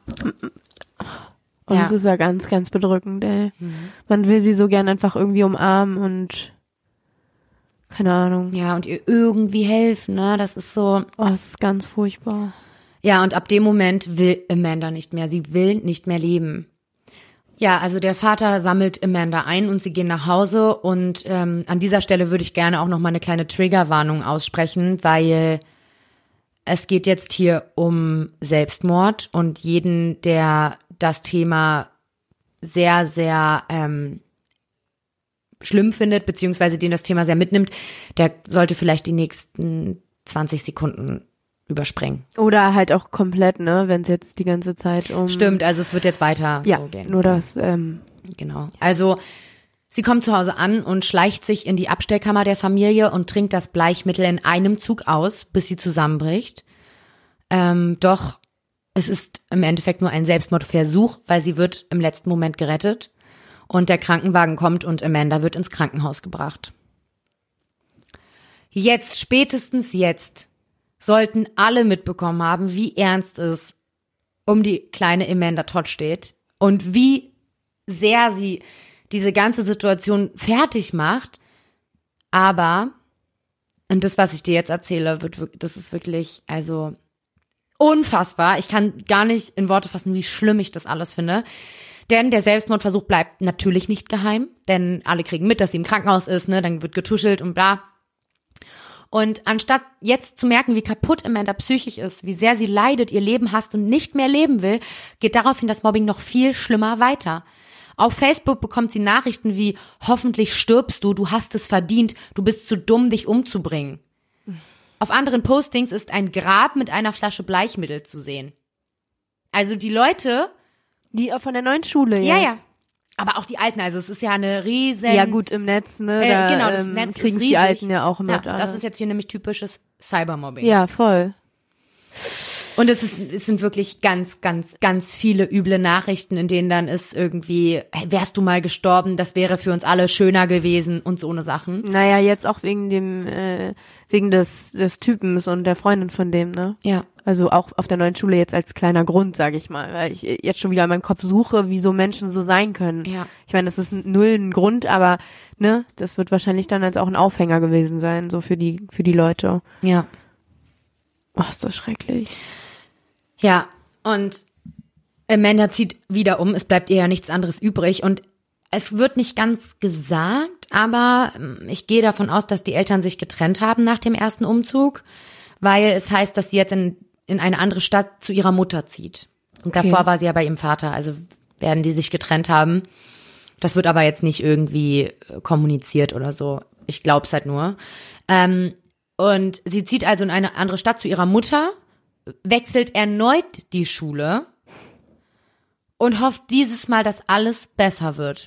Und ja. das ist ja ganz, ganz bedrückend, ey. Mhm. Man will sie so gern einfach irgendwie umarmen und keine Ahnung. Ja, und ihr irgendwie helfen, ne? Das ist so... Oh, das ist ganz furchtbar. Ja, und ab dem Moment will Amanda nicht mehr. Sie will nicht mehr leben. Ja, also der Vater sammelt Amanda ein und sie gehen nach Hause und ähm, an dieser Stelle würde ich gerne auch noch mal eine kleine Triggerwarnung aussprechen, weil es geht jetzt hier um Selbstmord und jeden, der das Thema sehr, sehr ähm, schlimm findet, beziehungsweise den das Thema sehr mitnimmt, der sollte vielleicht die nächsten zwanzig Sekunden überspringen. Oder halt auch komplett, ne, wenn es jetzt die ganze Zeit um... Stimmt, also es wird jetzt weiter ja, so gehen. Nur das, ähm... Genau. Also sie kommt zu Hause an und schleicht sich in die Abstellkammer der Familie und trinkt das Bleichmittel in einem Zug aus, bis sie zusammenbricht. Ähm, doch es ist im Endeffekt nur ein Selbstmordversuch, weil sie wird im letzten Moment gerettet und der Krankenwagen kommt und Amanda wird ins Krankenhaus gebracht. Jetzt, spätestens jetzt, sollten alle mitbekommen haben, wie ernst es um die kleine Amanda Todd steht und wie sehr sie diese ganze Situation fertig macht. Aber, und das, was ich dir jetzt erzähle, wird wirklich, das ist wirklich, also unfassbar. Ich kann gar nicht in Worte fassen, wie schlimm ich das alles finde. Denn der Selbstmordversuch bleibt natürlich nicht geheim, denn alle kriegen mit, dass sie im Krankenhaus ist, ne, dann wird getuschelt und bla. Und anstatt jetzt zu merken, wie kaputt Amanda psychisch ist, wie sehr sie leidet, ihr Leben hasst und nicht mehr leben will, geht daraufhin das Mobbing noch viel schlimmer weiter. Auf Facebook bekommt sie Nachrichten wie, hoffentlich stirbst du, du hast es verdient, du bist zu dumm, dich umzubringen. Auf anderen Postings ist ein Grab mit einer Flasche Bleichmittel zu sehen. Also die Leute... Die von der neuen Schule jetzt. Ja, ja. Aber auch die Alten, also es ist ja eine riesen... Ja gut, im Netz, ne, da äh, genau, das ähm, Netz kriegen ist die Alten ja auch mit. Ja, das ist jetzt hier nämlich typisches Cybermobbing. Ja, voll. Und es, ist, es sind wirklich ganz, ganz, ganz viele üble Nachrichten, in denen dann ist irgendwie, hey, wärst du mal gestorben, das wäre für uns alle schöner gewesen und so eine Sachen. Naja, jetzt auch wegen dem, äh, wegen des, des Typens und der Freundin von dem, ne? Ja. Also auch auf der neuen Schule jetzt als kleiner Grund, sage ich mal, weil ich jetzt schon wieder in meinem Kopf suche, wieso Menschen so sein können. Ja. Ich meine, das ist null ein Grund, aber ne, das wird wahrscheinlich dann als auch ein Aufhänger gewesen sein, so für die, für die Leute. Ja. Oh, ist das schrecklich. Ja, und Amanda zieht wieder um, es bleibt ihr ja nichts anderes übrig und es wird nicht ganz gesagt, aber ich gehe davon aus, dass die Eltern sich getrennt haben nach dem ersten Umzug, weil es heißt, dass sie jetzt in, in eine andere Stadt zu ihrer Mutter zieht. Und Okay. davor war sie ja bei ihrem Vater, also werden die sich getrennt haben. Das wird aber jetzt nicht irgendwie kommuniziert oder so. Ich glaube es halt nur. Ähm, und sie zieht also in eine andere Stadt zu ihrer Mutter, wechselt erneut die Schule und hofft dieses Mal, dass alles besser wird.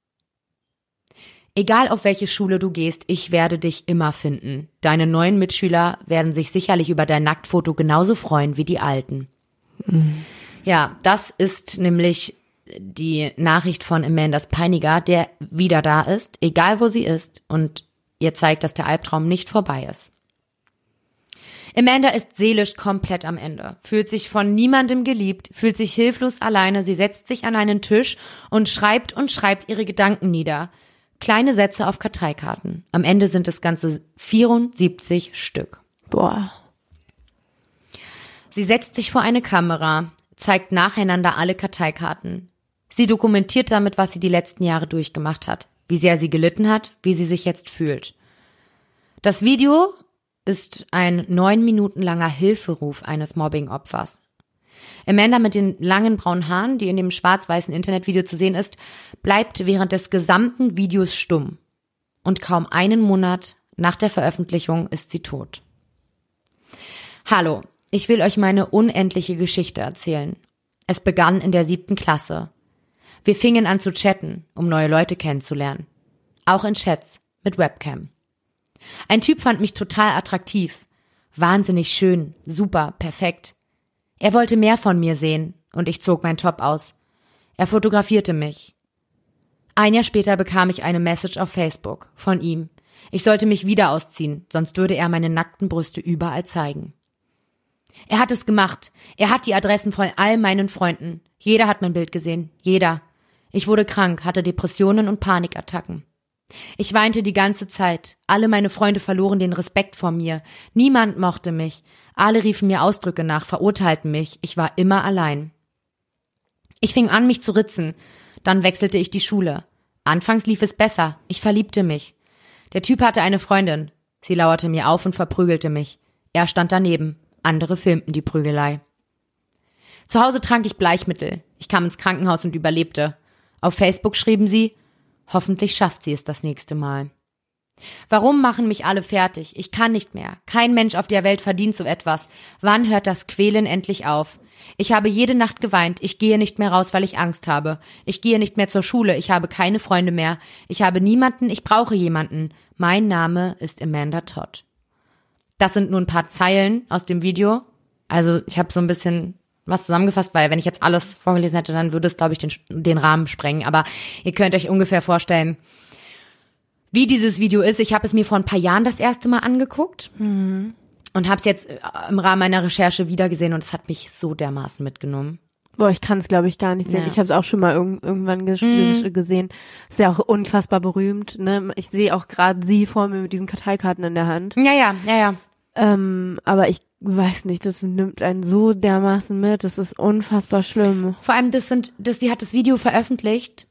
Egal auf welche Schule du gehst, ich werde dich immer finden. Deine neuen Mitschüler werden sich sicherlich über dein Nacktfoto genauso freuen wie die alten. Mhm. Ja, das ist nämlich die Nachricht von Amandas Peiniger, der wieder da ist, egal wo sie ist, und ihr zeigt, dass der Albtraum nicht vorbei ist. Amanda ist seelisch komplett am Ende, fühlt sich von niemandem geliebt, fühlt sich hilflos alleine, sie setzt sich an einen Tisch und schreibt und schreibt ihre Gedanken nieder. Kleine Sätze auf Karteikarten. Am Ende sind es ganze vierundsiebzig Stück. Boah. Sie setzt sich vor eine Kamera, zeigt nacheinander alle Karteikarten. Sie dokumentiert damit, was sie die letzten Jahre durchgemacht hat, wie sehr sie gelitten hat, wie sie sich jetzt fühlt. Das Video ist ein neun Minuten langer Hilferuf eines Mobbing-Opfers. Amanda mit den langen braunen Haaren, die in dem schwarz-weißen Internetvideo zu sehen ist, bleibt während des gesamten Videos stumm. Und kaum einen Monat nach der Veröffentlichung ist sie tot. Hallo, ich will euch meine unendliche Geschichte erzählen. Es begann in der siebten Klasse. Wir fingen an zu chatten, um neue Leute kennenzulernen. Auch in Chats mit Webcam. Ein Typ fand mich total attraktiv. Wahnsinnig schön, super, perfekt. Er wollte mehr von mir sehen und ich zog mein Top aus. Er fotografierte mich. Ein Jahr später bekam ich eine Message auf Facebook von ihm. Ich sollte mich wieder ausziehen, sonst würde er meine nackten Brüste überall zeigen. Er hat es gemacht. Er hat die Adressen von all meinen Freunden. Jeder hat mein Bild gesehen. Jeder. Ich wurde krank, hatte Depressionen und Panikattacken. Ich weinte die ganze Zeit. Alle meine Freunde verloren den Respekt vor mir. Niemand mochte mich. Alle riefen mir Ausdrücke nach, verurteilten mich. Ich war immer allein. Ich fing an, mich zu ritzen. Dann wechselte ich die Schule. Anfangs lief es besser. Ich verliebte mich. Der Typ hatte eine Freundin. Sie lauerte mir auf und verprügelte mich. Er stand daneben. Andere filmten die Prügelei. Zu Hause trank ich Bleichmittel. Ich kam ins Krankenhaus und überlebte. Auf Facebook schrieben sie, hoffentlich schafft sie es das nächste Mal. Warum machen mich alle fertig? Ich kann nicht mehr. Kein Mensch auf der Welt verdient so etwas. Wann hört das Quälen endlich auf? Ich habe jede Nacht geweint. Ich gehe nicht mehr raus, weil ich Angst habe. Ich gehe nicht mehr zur Schule. Ich habe keine Freunde mehr. Ich habe niemanden. Ich brauche jemanden. Mein Name ist Amanda Todd. Das sind nur ein paar Zeilen aus dem Video. Also ich habe so ein bisschen was zusammengefasst, weil wenn ich jetzt alles vorgelesen hätte, dann würde es, glaube ich, den, den Rahmen sprengen. Aber ihr könnt euch ungefähr vorstellen, wie dieses Video ist. Ich habe es mir vor ein paar Jahren das erste Mal angeguckt mhm. und habe es jetzt im Rahmen meiner Recherche wiedergesehen und es hat mich so dermaßen mitgenommen. Boah, ich kann es, glaube ich, gar nicht sehen. Ja. Ich habe es auch schon mal irg- irgendwann ges- mm. gesehen. Ist ja auch unfassbar berühmt. Ne? Ich sehe auch gerade sie vor mir mit diesen Karteikarten in der Hand. Ja, ja, ja, ja. Ähm, aber ich weiß nicht, das nimmt einen so dermaßen mit. Das ist unfassbar schlimm. Vor allem, das sind, das, sie hat das Video veröffentlicht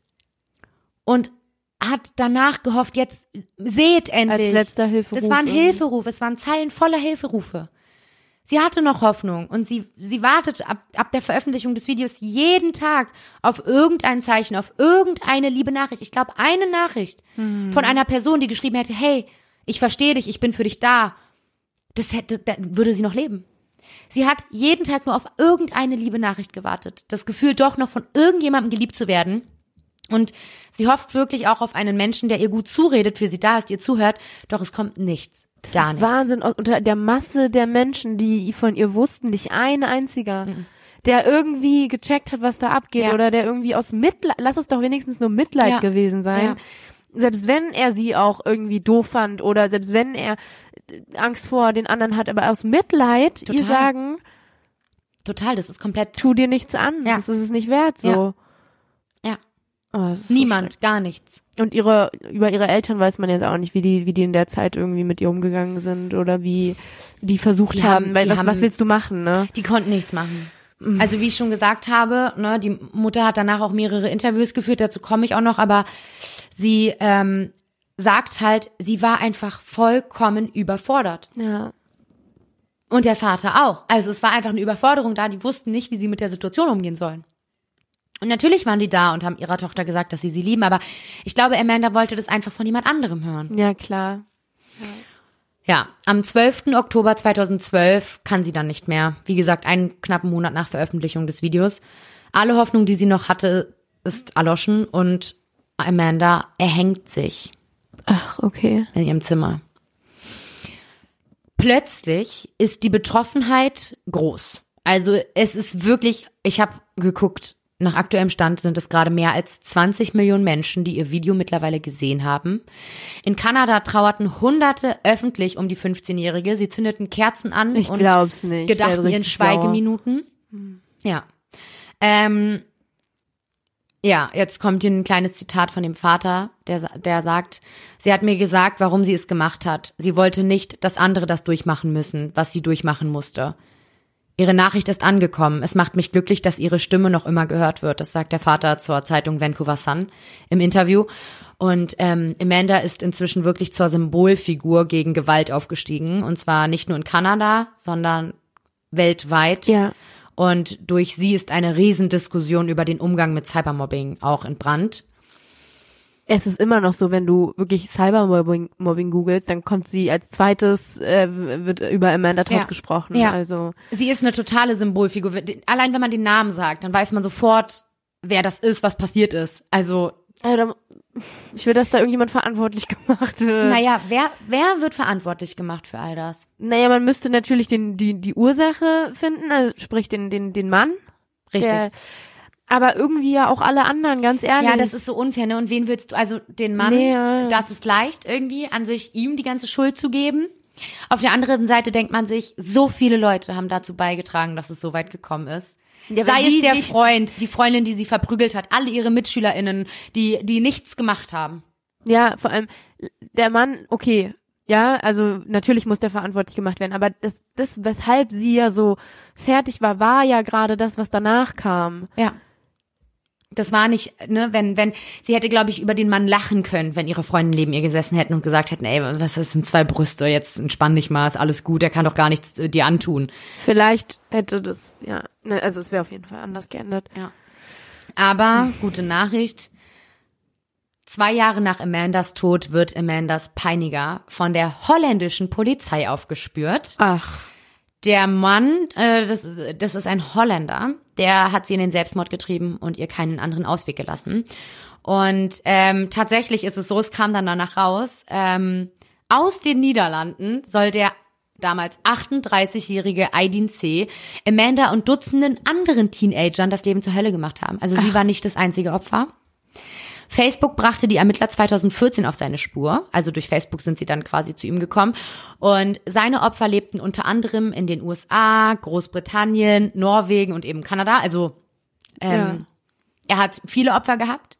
und hat danach gehofft, jetzt seht endlich. Als letzter Hilferuf. Es war ein Hilferuf, es waren Zeilen voller Hilferufe. Sie hatte noch Hoffnung und sie, sie wartet ab, ab der Veröffentlichung des Videos jeden Tag auf irgendein Zeichen, auf irgendeine liebe Nachricht. Ich glaube, eine Nachricht hm. von einer Person, die geschrieben hätte, hey, ich verstehe dich, ich bin für dich da. Das hätte, dann würde sie noch leben. Sie hat jeden Tag nur auf irgendeine liebe Nachricht gewartet. Das Gefühl, doch noch von irgendjemandem geliebt zu werden. Und sie hofft wirklich auch auf einen Menschen, der ihr gut zuredet, für sie da ist, ihr zuhört. Doch es kommt nichts. Das Gar ist nichts. Wahnsinn. Unter der Masse der Menschen, die von ihr wussten, nicht ein einziger, Mhm. der irgendwie gecheckt hat, was da abgeht Ja. oder der irgendwie aus Mitleid, lass es doch wenigstens nur Mitleid Ja. gewesen sein. Ja. Selbst wenn er sie auch irgendwie doof fand oder selbst wenn er Angst vor den anderen hat, aber aus Mitleid Total. ihr sagen, Total, das ist komplett tu dir nichts an, Ja. das ist es nicht wert, so. Ja. Oh, das ist so niemand, gar nichts. Und ihre, über ihre Eltern weiß man jetzt auch nicht, wie die, wie die in der Zeit irgendwie mit ihr umgegangen sind oder wie die versucht Die haben, haben- weil die was, haben- was willst du machen, ne? Die konnten nichts machen. Also wie ich schon gesagt habe, ne, die Mutter hat danach auch mehrere Interviews geführt, dazu komme ich auch noch, aber sie ähm, sagt halt, sie war einfach vollkommen überfordert. Ja. Und der Vater auch. Also es war einfach eine Überforderung da, die wussten nicht, wie sie mit der Situation umgehen sollen. Und natürlich waren die da und haben ihrer Tochter gesagt, dass sie sie lieben, aber ich glaube, Amanda wollte das einfach von jemand anderem hören. Ja, klar. Ja, am zwölften Oktober zweitausendzwölf kann sie dann nicht mehr. Wie gesagt, einen knappen Monat nach Veröffentlichung des Videos. Alle Hoffnung, die sie noch hatte, ist erloschen und Amanda erhängt sich Ach, okay. in ihrem Zimmer. Plötzlich ist die Betroffenheit groß. Also es ist wirklich, ich habe geguckt, nach aktuellem Stand sind es gerade mehr als zwanzig Millionen Menschen, die ihr Video mittlerweile gesehen haben. In Kanada trauerten Hunderte öffentlich um die fünfzehnjährige. Sie zündeten Kerzen an Ich und glaub's nicht. Ich gedachten werd ihren richtig sauer. Schweigeminuten. Ja. Ähm, ja, jetzt kommt hier ein kleines Zitat von dem Vater, der, der sagt, sie hat mir gesagt, warum sie es gemacht hat. Sie wollte nicht, dass andere das durchmachen müssen, was sie durchmachen musste. Ihre Nachricht ist angekommen. Es macht mich glücklich, dass ihre Stimme noch immer gehört wird. Das sagt der Vater zur Zeitung Vancouver Sun im Interview. Und ähm, Amanda ist inzwischen wirklich zur Symbolfigur gegen Gewalt aufgestiegen. Und zwar nicht nur in Kanada, sondern weltweit. Ja. Und durch sie ist eine Riesendiskussion über den Umgang mit Cybermobbing auch entbrannt. Es ist immer noch so, wenn du wirklich Cybermobbing Mobbing googelst, dann kommt sie als zweites, äh, wird über Amanda Todd Ja. gesprochen. Ja. Also Sie ist eine totale Symbolfigur. Allein wenn man den Namen sagt, dann weiß man sofort, wer das ist, was passiert ist. Also, äh, da- ich will, dass da irgendjemand verantwortlich gemacht wird. naja, wer, wer wird verantwortlich gemacht für all das? Naja, man müsste natürlich den, die, die Ursache finden, also sprich den, den, den Mann. Richtig. Der, aber irgendwie ja auch alle anderen, ganz ehrlich. Ja, das ist so unfair, ne? Und wen willst du, also den Mann, Nee, ja. das ist leicht irgendwie, an sich ihm die ganze Schuld zu geben. Auf der anderen Seite denkt man sich, so viele Leute haben dazu beigetragen, dass es so weit gekommen ist. Ja, wenn Sei die es der nicht- Freund, die Freundin, die sie verprügelt hat, alle ihre MitschülerInnen, die, die nichts gemacht haben. Ja, vor allem der Mann, okay, ja, also natürlich muss der verantwortlich gemacht werden, aber das, das, weshalb sie ja so fertig war, war ja gerade das, was danach kam. Ja. Das war nicht, ne, wenn, wenn, sie hätte, glaube ich, über den Mann lachen können, wenn ihre Freunde neben ihr gesessen hätten und gesagt hätten, ey, was, das sind zwei Brüste, jetzt entspann dich mal, ist alles gut, er kann doch gar nichts äh, dir antun. Vielleicht hätte das, ja, ne, also es wäre auf jeden Fall anders geändert. Ja. Aber, gute Nachricht, zwei Jahre nach Amandas Tod wird Amandas Peiniger von der holländischen Polizei aufgespürt. Ach, Der Mann, äh, das, das ist ein Holländer, der hat sie in den Selbstmord getrieben und ihr keinen anderen Ausweg gelassen. Und ähm, tatsächlich ist es so, es kam dann danach raus, ähm, aus den Niederlanden soll der damals achtunddreißigjährige Aydin C. Amanda und Dutzenden anderen Teenagern das Leben zur Hölle gemacht haben. Also sie war nicht das einzige Opfer. Facebook brachte die Ermittler zweitausendvierzehn auf seine Spur. Also durch Facebook sind sie dann quasi zu ihm gekommen. Und seine Opfer lebten unter anderem in den U S A, Großbritannien, Norwegen und eben Kanada. Also ähm, Ja. er hat viele Opfer gehabt.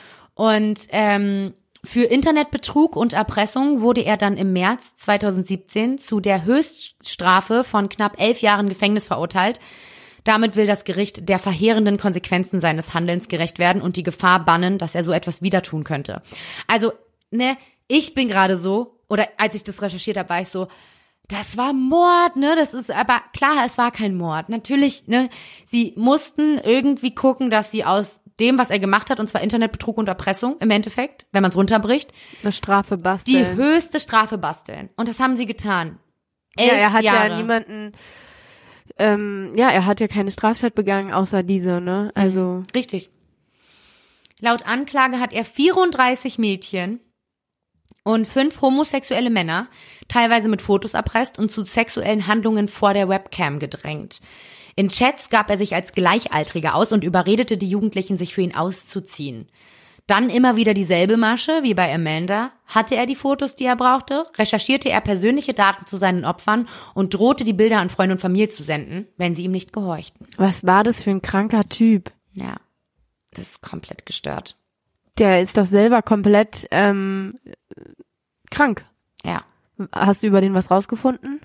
Und ähm, für Internetbetrug und Erpressung wurde er dann im März zweitausendsiebzehn zu der Höchststrafe von knapp elf Jahren Gefängnis verurteilt. Damit will das Gericht der verheerenden Konsequenzen seines Handelns gerecht werden und die Gefahr bannen, dass er so etwas wieder tun könnte. Also, ne, ich bin gerade so, oder als ich das recherchiert habe, war ich so, das war Mord, ne, das ist, aber klar, es war kein Mord. Natürlich, ne, sie mussten irgendwie gucken, dass sie aus dem, was er gemacht hat, und zwar Internetbetrug und Erpressung im Endeffekt, wenn man es runterbricht, eine Strafe die basteln. höchste Strafe basteln. Und das haben sie getan. Ja, Elf er hat Jahre. ja niemanden, ähm, ja, er hat ja keine Straftat begangen, außer diese, ne, also. Richtig. Laut Anklage hat er vierunddreißig Mädchen und fünf homosexuelle Männer, teilweise mit Fotos erpresst und zu sexuellen Handlungen vor der Webcam gedrängt. In Chats gab er sich als Gleichaltriger aus und überredete die Jugendlichen, sich für ihn auszuziehen. Dann immer wieder dieselbe Masche wie bei Amanda. Hatte er die Fotos, die er brauchte, recherchierte er persönliche Daten zu seinen Opfern und drohte, die Bilder an Freunde und Familie zu senden, wenn sie ihm nicht gehorchten. Was war das für ein kranker Typ? Ja, das ist komplett gestört. Der ist doch selber komplett ähm, krank. Ja. Hast du über den was rausgefunden?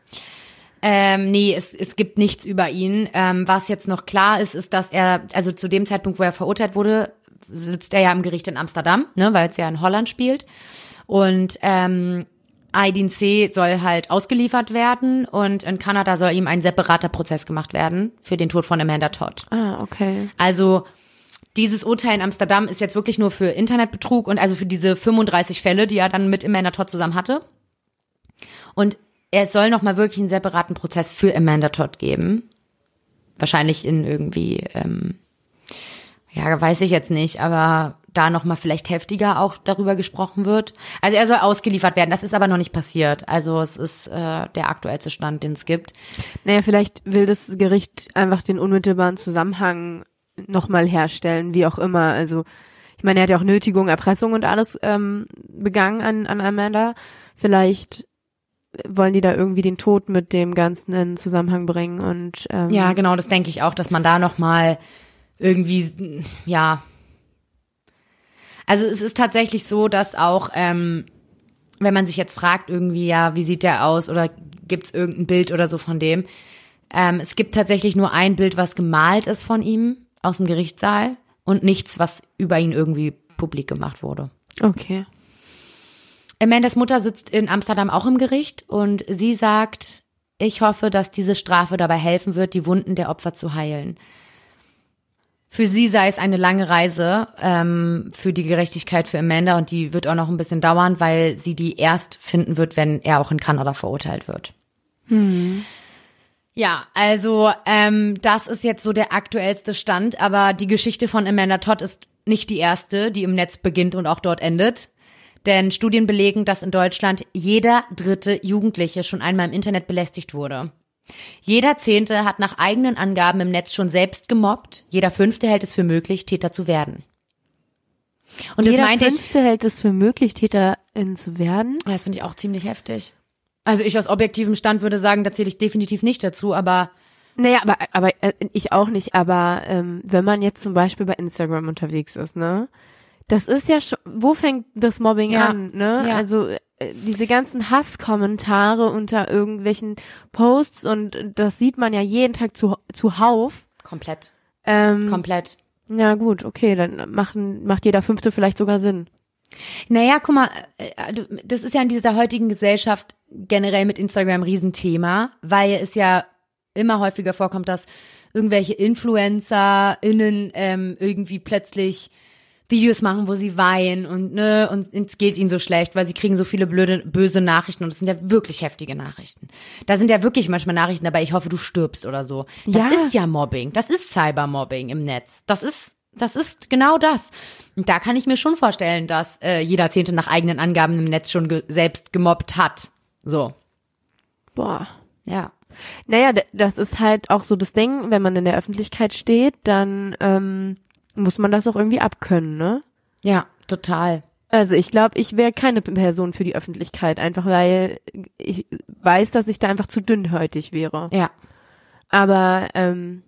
Ähm, nee, es, es gibt nichts über ihn. Ähm, was jetzt noch klar ist, ist, dass er, also zu dem Zeitpunkt, wo er verurteilt wurde, sitzt er ja im Gericht in Amsterdam, ne, weil es ja in Holland spielt. Und ähm, Aydin C. soll halt ausgeliefert werden und in Kanada soll ihm ein separater Prozess gemacht werden für den Tod von Amanda Todd. Ah, okay. Also dieses Urteil in Amsterdam ist jetzt wirklich nur für Internetbetrug und also für diese fünfunddreißig Fälle, die er dann mit Amanda Todd zusammen hatte. Und es soll nochmal wirklich einen separaten Prozess für Amanda Todd geben. Wahrscheinlich in irgendwie, ähm, ja, weiß ich jetzt nicht, aber da nochmal vielleicht heftiger auch darüber gesprochen wird. Also er soll ausgeliefert werden, das ist aber noch nicht passiert. Also es ist äh, der aktuellste Stand, den es gibt. Naja, vielleicht will das Gericht einfach den unmittelbaren Zusammenhang nochmal herstellen, wie auch immer. Also ich meine, er hat ja auch Nötigung, Erpressung und alles ähm, begangen an, an Amanda. Vielleicht wollen die da irgendwie den Tod mit dem Ganzen in Zusammenhang bringen und ähm, ja, genau, das denke ich auch, dass man da nochmal irgendwie, ja, also es ist tatsächlich so, dass auch, ähm, wenn man sich jetzt fragt irgendwie, ja, wie sieht der aus oder gibt's irgendein Bild oder so von dem, ähm, es gibt tatsächlich nur ein Bild, was gemalt ist von ihm aus dem Gerichtssaal und nichts, was über ihn irgendwie publik gemacht wurde. Okay. Amandas Mutter sitzt in Amsterdam auch im Gericht und sie sagt, ich hoffe, dass diese Strafe dabei helfen wird, die Wunden der Opfer zu heilen. Für sie sei es eine lange Reise ähm, für die Gerechtigkeit für Amanda und die wird auch noch ein bisschen dauern, weil sie die erst finden wird, wenn er auch in Kanada verurteilt wird. Hm. Ja, also ähm, das ist jetzt so der aktuellste Stand, aber die Geschichte von Amanda Todd ist nicht die erste, die im Netz beginnt und auch dort endet. Denn Studien belegen, dass in Deutschland jeder dritte Jugendliche schon einmal im Internet belästigt wurde. Jeder Zehnte hat nach eigenen Angaben im Netz schon selbst gemobbt. Jeder Fünfte hält es für möglich, Täter zu werden. Und Jeder das meinte Fünfte ich, hält es für möglich, Täterin zu werden? das finde ich auch ziemlich heftig. Also ich aus objektivem Stand würde sagen, da zähle ich definitiv nicht dazu, aber Naja, aber, aber äh, ich auch nicht, aber ähm, wenn man jetzt zum Beispiel bei Instagram unterwegs ist, ne? Das ist ja schon, wo fängt das Mobbing Ja, an, ne? ja. Also äh, diese ganzen Hasskommentare unter irgendwelchen Posts und das sieht man ja jeden Tag zu, zuhauf. komplett, Ähm, komplett. Ja gut, okay, dann machen, macht jeder Fünfte vielleicht sogar Sinn. Naja, guck mal, äh, du- das ist ja in dieser heutigen Gesellschaft generell mit Instagram ein Riesenthema, weil es ja immer häufiger vorkommt, dass irgendwelche InfluencerInnen ähm, irgendwie plötzlich Videos machen, wo sie weinen und ne und es geht ihnen so schlecht, weil sie kriegen so viele blöde, böse Nachrichten und das sind ja wirklich heftige Nachrichten. Da sind ja wirklich manchmal Nachrichten dabei, ich hoffe, du stirbst oder so. Das Ja. ist ja Mobbing, das ist Cybermobbing im Netz. Das ist das ist genau das. Und da kann ich mir schon vorstellen, dass äh, jeder Zehnte nach eigenen Angaben im Netz schon ge- selbst gemobbt hat. So, Boah. ja. Naja, d- das ist halt auch so das Ding, wenn man in der Öffentlichkeit steht, dann ähm, muss man das auch irgendwie abkönnen, ne? Ja, total. Also ich glaube, ich wäre keine Person für die Öffentlichkeit, einfach weil ich weiß, dass ich da einfach zu dünnhäutig wäre. Ja. Aber ähm,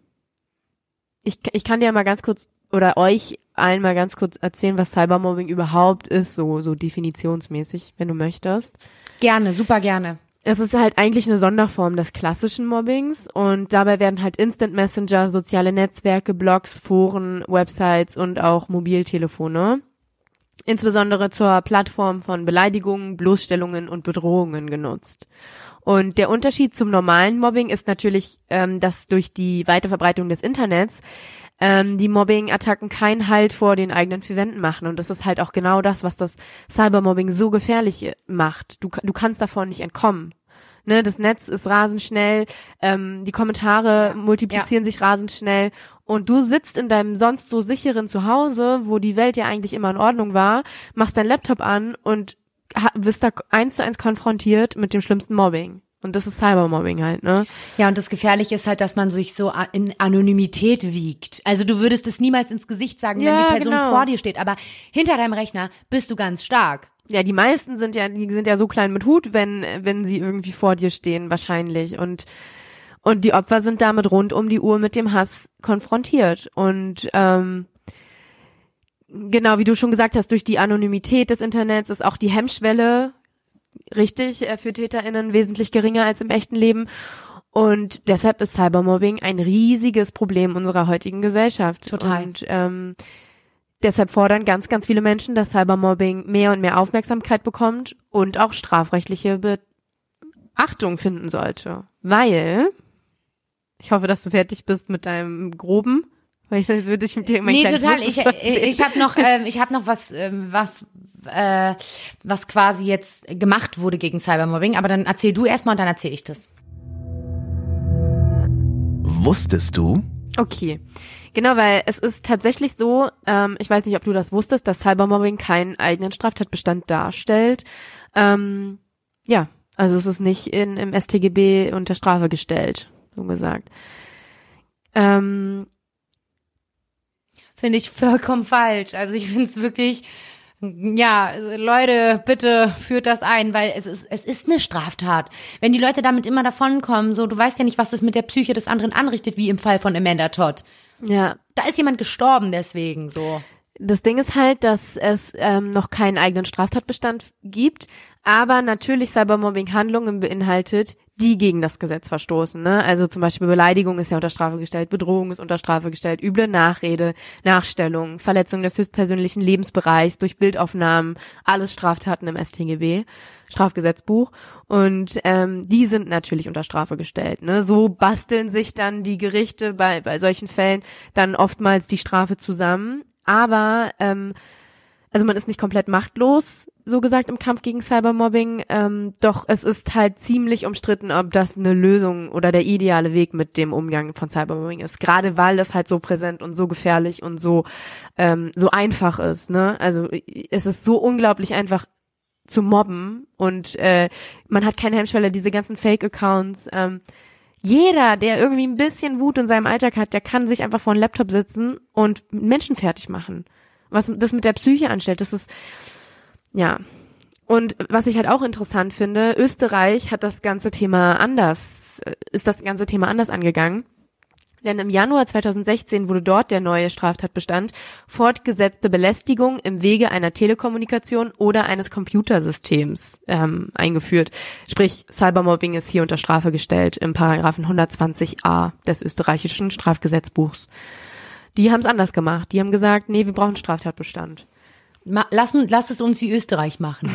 ich, ich kann dir mal ganz kurz oder euch allen mal ganz kurz erzählen, was Cybermobbing überhaupt ist, so so definitionsmäßig, wenn du möchtest. Gerne, super gerne. Es ist halt eigentlich eine Sonderform des klassischen Mobbings und dabei werden halt Instant Messenger, soziale Netzwerke, Blogs, Foren, Websites und auch Mobiltelefone insbesondere zur Plattform von Beleidigungen, Bloßstellungen und Bedrohungen genutzt. Und der Unterschied zum normalen Mobbing ist natürlich, ähm, dass durch die Weiterverbreitung des Internets ähm, die Mobbing-Attacken keinen Halt vor den eigenen vier Wänden machen. Und das ist halt auch genau das, was das Cybermobbing so gefährlich macht. Du, du kannst davon nicht entkommen. Ne, das Netz ist rasend schnell, ähm, die Kommentare Ja. multiplizieren Ja. sich rasend schnell und du sitzt in deinem sonst so sicheren Zuhause, wo die Welt ja eigentlich immer in Ordnung war, machst deinen Laptop an und ha- wirst da eins zu eins konfrontiert mit dem schlimmsten Mobbing. Und das ist Cybermobbing halt, ne? Ja, und das Gefährliche ist halt, dass man sich so in Anonymität wiegt. Also du würdest es niemals ins Gesicht sagen, Ja, wenn die Person genau. vor dir steht, aber hinter deinem Rechner bist du ganz stark. Ja, die meisten sind ja, die sind ja so klein mit Hut, wenn, wenn sie irgendwie vor dir stehen, wahrscheinlich. Und, und die Opfer sind damit rund um die Uhr mit dem Hass konfrontiert. Und, ähm, genau, wie du schon gesagt hast, durch die Anonymität des Internets ist auch die Hemmschwelle richtig äh, für TäterInnen wesentlich geringer als im echten Leben. Und deshalb ist Cybermobbing ein riesiges Problem unserer heutigen Gesellschaft. Total. Und ähm, deshalb fordern ganz, ganz viele Menschen, dass Cybermobbing mehr und mehr Aufmerksamkeit bekommt und auch strafrechtliche Beachtung finden sollte. Weil, ich hoffe, dass du fertig bist mit deinem Groben, weil das würde ich mit dir mein Nee, kleines total. Wusses Ich, erzählen. ich habe noch, ähm, ich habe noch was, ähm, was, äh, was quasi jetzt gemacht wurde gegen Cybermobbing. Aber dann erzähl du erstmal und dann erzähl ich das. Wusstest du? Okay, genau, weil es ist tatsächlich so, ähm, ich weiß nicht, ob du das wusstest, dass Cybermobbing keinen eigenen Straftatbestand darstellt. Ähm, ja, also es ist nicht in, im S T G B unter Strafe gestellt, so gesagt. Ähm, Finde ich vollkommen falsch. Also ich finde es wirklich, ja, Leute, bitte führt das ein, weil es ist, es ist eine Straftat. Wenn die Leute damit immer davonkommen, so, du weißt ja nicht, was das mit der Psyche des anderen anrichtet, wie im Fall von Amanda Todd. ja, Da ist jemand gestorben deswegen, so. das Ding ist halt, dass es ähm, noch keinen eigenen Straftatbestand gibt, aber natürlich Cybermobbing-Handlungen beinhaltet, die gegen das Gesetz verstoßen. Ne? Also zum Beispiel Beleidigung ist ja unter Strafe gestellt, Bedrohung ist unter Strafe gestellt, üble Nachrede, Nachstellung, Verletzung des höchstpersönlichen Lebensbereichs durch Bildaufnahmen, alles Straftaten im S T G B, Strafgesetzbuch. Und ähm, die sind natürlich unter Strafe gestellt. Ne? So basteln sich dann die Gerichte bei, bei solchen Fällen dann oftmals die Strafe zusammen. Aber ähm, also man ist nicht komplett machtlos, so gesagt, im Kampf gegen Cybermobbing. Ähm, doch es ist halt ziemlich umstritten, ob das eine Lösung oder der ideale Weg mit dem Umgang von Cybermobbing ist. Gerade weil das halt so präsent und so gefährlich und so ähm, so einfach ist. Ne? Also es ist so unglaublich einfach zu mobben und äh, man hat keine Hemmschwelle, diese ganzen Fake-Accounts. Ähm, Jeder, der irgendwie ein bisschen Wut in seinem Alltag hat, der kann sich einfach vor einen Laptop sitzen und Menschen fertig machen. Was das mit der Psyche anstellt, das ist, ja. Und was ich halt auch interessant finde, Österreich hat das ganze Thema anders, ist das ganze Thema anders angegangen. Denn im Januar zweitausendsechzehn wurde dort der neue Straftatbestand fortgesetzte Belästigung im Wege einer Telekommunikation oder eines Computersystems ähm, eingeführt. Sprich, Cybermobbing ist hier unter Strafe gestellt im Paragraphen hundertzwanzig a des österreichischen Strafgesetzbuchs. Die haben es anders gemacht. Die haben gesagt, nee, wir brauchen Straftatbestand. Ma- lassen, lass es uns wie Österreich machen.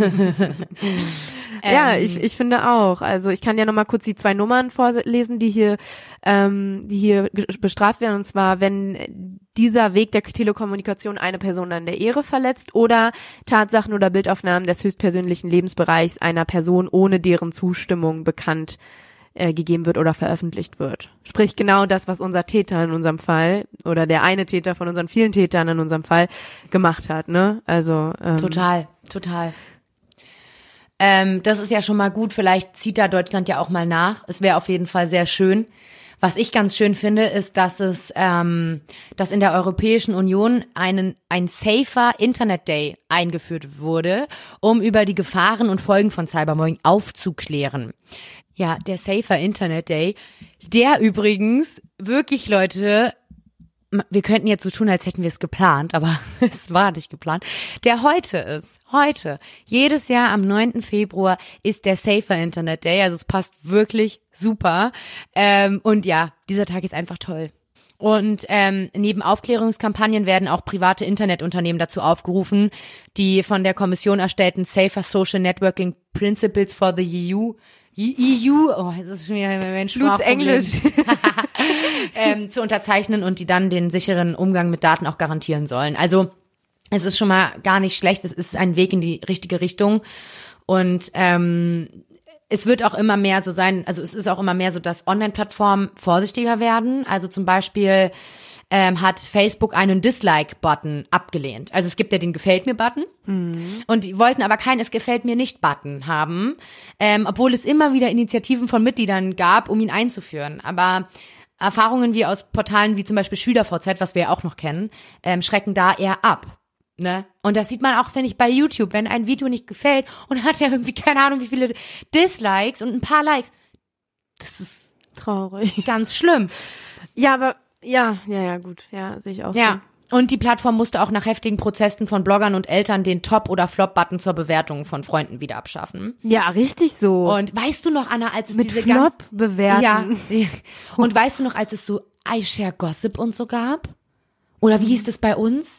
Ja, Ähm, ich, ich finde auch. Also ich kann ja nochmal kurz die zwei Nummern vorlesen, die hier, ähm, die hier ge- bestraft werden. Und zwar, wenn dieser Weg der Telekommunikation eine Person an der Ehre verletzt oder Tatsachen oder Bildaufnahmen des höchstpersönlichen Lebensbereichs einer Person ohne deren Zustimmung bekannt äh, gegeben wird oder veröffentlicht wird. Sprich genau das, was unser Täter in unserem Fall oder der eine Täter von unseren vielen Tätern in unserem Fall gemacht hat. Ne? Also ähm, Total, total. Ähm, das ist ja schon mal gut. Vielleicht zieht da Deutschland ja auch mal nach. Es wäre auf jeden Fall sehr schön. Was ich ganz schön finde, ist, dass es, ähm, dass in der Europäischen Union einen, ein Safer Internet Day eingeführt wurde, um über die Gefahren und Folgen von Cybermobbing aufzuklären. Ja, der Safer Internet Day, der übrigens wirklich, Leute, wir könnten jetzt so tun, als hätten wir es geplant, aber es war nicht geplant, der heute ist. Heute. Jedes Jahr am neunten Februar ist der Safer Internet Day, also es passt wirklich super. Ähm, und ja, dieser Tag ist einfach toll. Und ähm, neben Aufklärungskampagnen werden auch private Internetunternehmen dazu aufgerufen, die von der Kommission erstellten Safer Social Networking Principles for the E U E U, oh, jetzt ist schon wieder mein Sprachproblem. Englisch. ähm, zu unterzeichnen und die dann den sicheren Umgang mit Daten auch garantieren sollen. Also es ist schon mal gar nicht schlecht, es ist ein Weg in die richtige Richtung und ähm, es wird auch immer mehr so sein, also es ist auch immer mehr so, dass Online-Plattformen vorsichtiger werden. Also zum Beispiel ähm, hat Facebook einen Dislike-Button abgelehnt. Also es gibt ja den Gefällt mir-Button mhm. und die wollten aber keinen Es gefällt mir nicht-Button haben, ähm, obwohl es immer wieder Initiativen von Mitgliedern gab, um ihn einzuführen. Aber Erfahrungen wie aus Portalen wie zum Beispiel SchülerVZ, was wir ja auch noch kennen, ähm, schrecken da eher ab. Ne? Und das sieht man auch, finde ich, bei YouTube, wenn ein Video nicht gefällt und hat ja irgendwie keine Ahnung, wie viele Dislikes und ein paar Likes. Das ist traurig. Ganz schlimm. Ja, aber ja, ja, ja, gut. Ja, sehe ich auch ja. so. Und die Plattform musste auch nach heftigen Protesten von Bloggern und Eltern den Top- oder Flop-Button zur Bewertung von Freunden wieder abschaffen. Ja, richtig so. Und weißt du noch, Anna, als es Mit diese Flop ganz, bewerten. Ja. Und weißt du noch, als es so iShare Gossip und so gab? Oder wie hm. hieß das bei uns?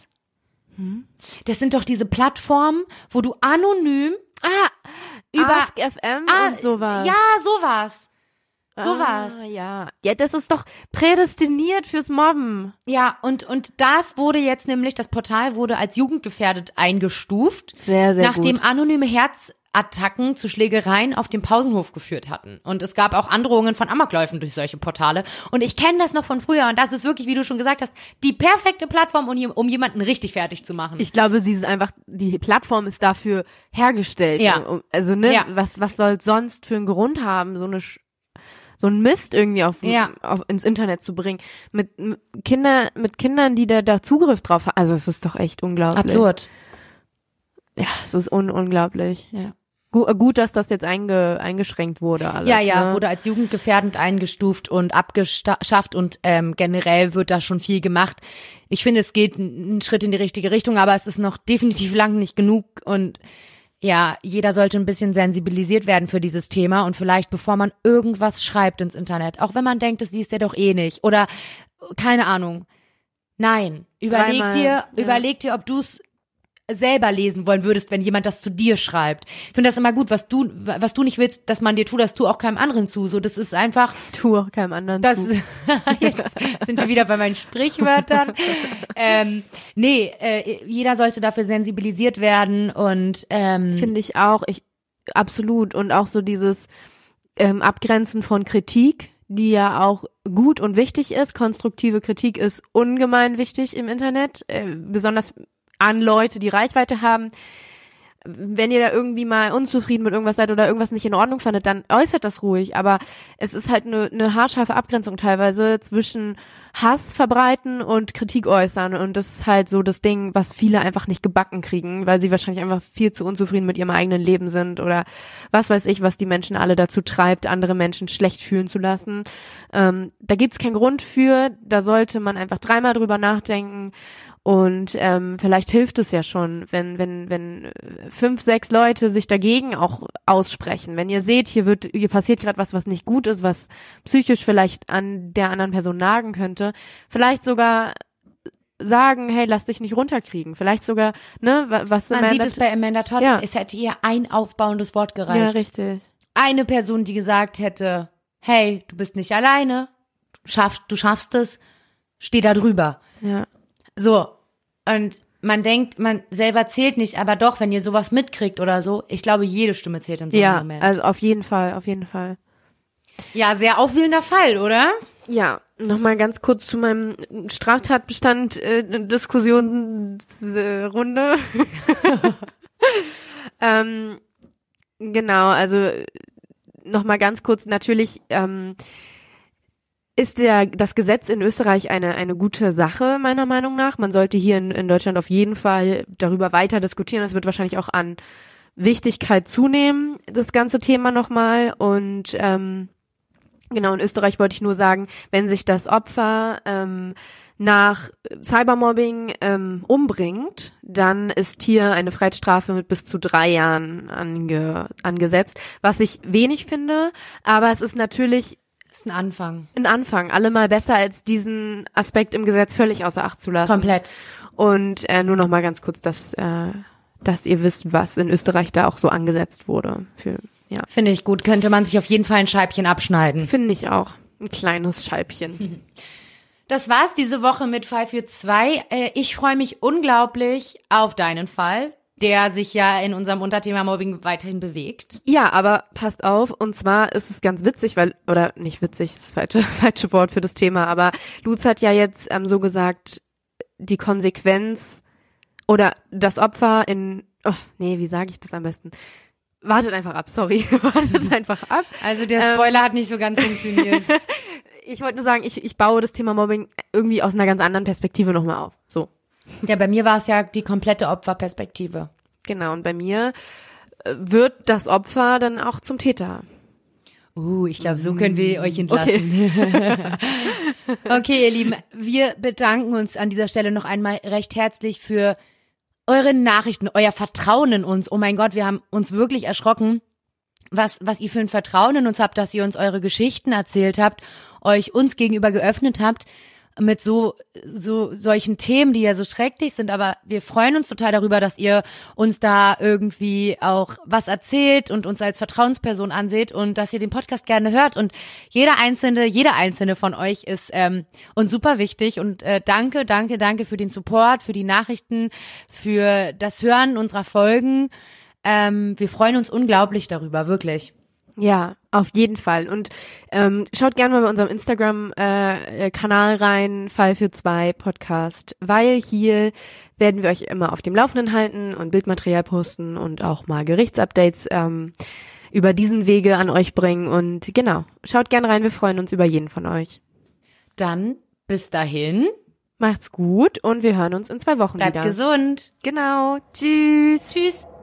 Das sind doch diese Plattformen, wo du anonym ah, über Ask F M ah, und sowas. Ja, sowas. Sowas. Ah, ja. Ja, das ist doch prädestiniert fürs Mobben. Ja, und und das wurde jetzt nämlich, das Portal wurde als jugendgefährdet eingestuft. Sehr, sehr nachdem gut. anonyme Herzattacken zu Schlägereien auf dem Pausenhof geführt hatten. Und es gab auch Androhungen von Amokläufen durch solche Portale. Und ich kenne das noch von früher. Und das ist wirklich, wie du schon gesagt hast, die perfekte Plattform, um, um jemanden richtig fertig zu machen. Ich glaube, sie ist einfach, die Plattform ist dafür hergestellt. Ja. Also, ne, ja. was, was soll sonst für einen Grund haben, so eine, so ein Mist irgendwie auf, ja. auf ins Internet zu bringen. Mit, mit Kinder, mit Kindern, die da, da Zugriff drauf haben. Also, es ist doch echt unglaublich. Absurd. Ja, es ist un unglaublich. Ja. Gut, gut, dass das jetzt einge eingeschränkt wurde alles. Ja, ja, ne? wurde als jugendgefährdend eingestuft und abgeschafft und ähm, generell wird da schon viel gemacht. Ich finde, es geht einen Schritt in die richtige Richtung, aber es ist noch definitiv lang nicht genug und ja, jeder sollte ein bisschen sensibilisiert werden für dieses Thema und vielleicht, bevor man irgendwas schreibt ins Internet, auch wenn man denkt, das liest der doch eh nicht oder keine Ahnung. Nein, überleg Dreimal, dir, ja. überleg dir, ob du es selber lesen wollen würdest, wenn jemand das zu dir schreibt. Ich finde das immer gut, was du, was du nicht willst, dass man dir tut, das tu auch keinem anderen zu. So, das ist einfach. Tu auch keinem anderen das, zu. Jetzt sind wir wieder bei meinen Sprichwörtern. ähm, nee, äh, jeder sollte dafür sensibilisiert werden und ähm, finde ich auch. Ich absolut und auch so dieses ähm, Abgrenzen von Kritik, die ja auch gut und wichtig ist. Konstruktive Kritik ist ungemein wichtig im Internet, äh, besonders an Leute, die Reichweite haben. Wenn ihr da irgendwie mal unzufrieden mit irgendwas seid oder irgendwas nicht in Ordnung fandet, dann äußert das ruhig. Aber es ist halt eine, eine haarscharfe Abgrenzung teilweise zwischen Hass verbreiten und Kritik äußern. Und das ist halt so das Ding, was viele einfach nicht gebacken kriegen, weil sie wahrscheinlich einfach viel zu unzufrieden mit ihrem eigenen Leben sind oder was weiß ich, was die Menschen alle dazu treibt, andere Menschen schlecht fühlen zu lassen. Ähm, da gibt's keinen Grund für. Da sollte man einfach dreimal drüber nachdenken. Und ähm, vielleicht hilft es ja schon, wenn wenn wenn fünf, sechs Leute sich dagegen auch aussprechen. Wenn ihr seht, hier wird hier passiert gerade was, was nicht gut ist, was psychisch vielleicht an der anderen Person nagen könnte, vielleicht sogar sagen, hey, lass dich nicht runterkriegen. Vielleicht sogar, ne, was man Amanda sieht es bei Amanda Todd, ja. es hätte ihr ein aufbauendes Wort gereicht. Ja, richtig. Eine Person, die gesagt hätte, hey, du bist nicht alleine, du schaffst, du schaffst es, steh da drüber. Ja. So. Und man denkt, man selber zählt nicht, aber doch, wenn ihr sowas mitkriegt oder so, ich glaube, jede Stimme zählt in so einem Ja, Moment. also auf jeden Fall, auf jeden Fall. Ja, sehr aufwühlender Fall, oder? Ja, nochmal ganz kurz zu meinem Straftatbestand äh, Diskussionsrunde. ähm, genau, also nochmal ganz kurz, natürlich ähm, ist der das Gesetz in Österreich eine eine gute Sache, meiner Meinung nach. Man sollte hier in, in Deutschland auf jeden Fall darüber weiter diskutieren. Das wird wahrscheinlich auch an Wichtigkeit zunehmen, das ganze Thema nochmal. Und ähm, genau, in Österreich wollte ich nur sagen, wenn sich das Opfer ähm, nach Cybermobbing ähm, umbringt, dann ist hier eine Freiheitsstrafe mit bis zu drei Jahren ange, angesetzt, was ich wenig finde, aber es ist natürlich ist ein Anfang. Ein Anfang, allemal besser als diesen Aspekt im Gesetz völlig außer Acht zu lassen. Komplett. Und äh, nur noch mal ganz kurz, dass äh, dass ihr wisst, was in Österreich da auch so angesetzt wurde. Für, ja. Finde ich gut. Könnte man sich auf jeden Fall ein Scheibchen abschneiden. Finde ich auch. Ein kleines Scheibchen. Das war's diese Woche mit Fall für zwei. Äh, ich freue mich unglaublich auf deinen Fall. der sich ja in unserem Unterthema Mobbing weiterhin bewegt. Ja, aber passt auf, und zwar ist es ganz witzig, weil, oder nicht witzig, ist das falsche, falsche Wort für das Thema, aber Lutz hat ja jetzt ähm, so gesagt, die Konsequenz oder das Opfer in, oh, nee, wie sage ich das am besten? Wartet einfach ab, sorry, wartet einfach ab. Also der Spoiler ähm, hat nicht so ganz funktioniert. Ich wollte nur sagen, ich, ich baue das Thema Mobbing irgendwie aus einer ganz anderen Perspektive nochmal auf, so. Ja, bei mir war es ja die komplette Opferperspektive. Genau, und bei mir wird das Opfer dann auch zum Täter. Uh, ich glaube, so können wir euch entlassen. Okay. Okay, ihr Lieben, wir bedanken uns an dieser Stelle noch einmal recht herzlich für eure Nachrichten, euer Vertrauen in uns. Oh mein Gott, wir haben uns wirklich erschrocken, was, was ihr für ein Vertrauen in uns habt, dass ihr uns eure Geschichten erzählt habt, euch uns gegenüber geöffnet habt. Mit so, so, solchen Themen, die ja so schrecklich sind, aber wir freuen uns total darüber, dass ihr uns da irgendwie auch was erzählt und uns als Vertrauensperson anseht und dass ihr den Podcast gerne hört und jeder einzelne, jeder einzelne von euch ist ähm, uns super wichtig und äh, danke, danke, danke für den Support, für die Nachrichten, für das Hören unserer Folgen. Ähm, wir freuen uns unglaublich darüber, wirklich. Ja, auf jeden Fall. Und ähm, schaut gerne mal bei unserem Instagram-Kanal äh, rein, Fall für zwei Podcast, weil hier werden wir euch immer auf dem Laufenden halten und Bildmaterial posten und auch mal Gerichtsupdates ähm, über diesen Wege an euch bringen. Und genau, schaut gerne rein, wir freuen uns über jeden von euch. Dann bis dahin. Macht's gut und wir hören uns in zwei Wochen Bleibt wieder. Bleibt gesund. Genau. Tschüss. Tschüss.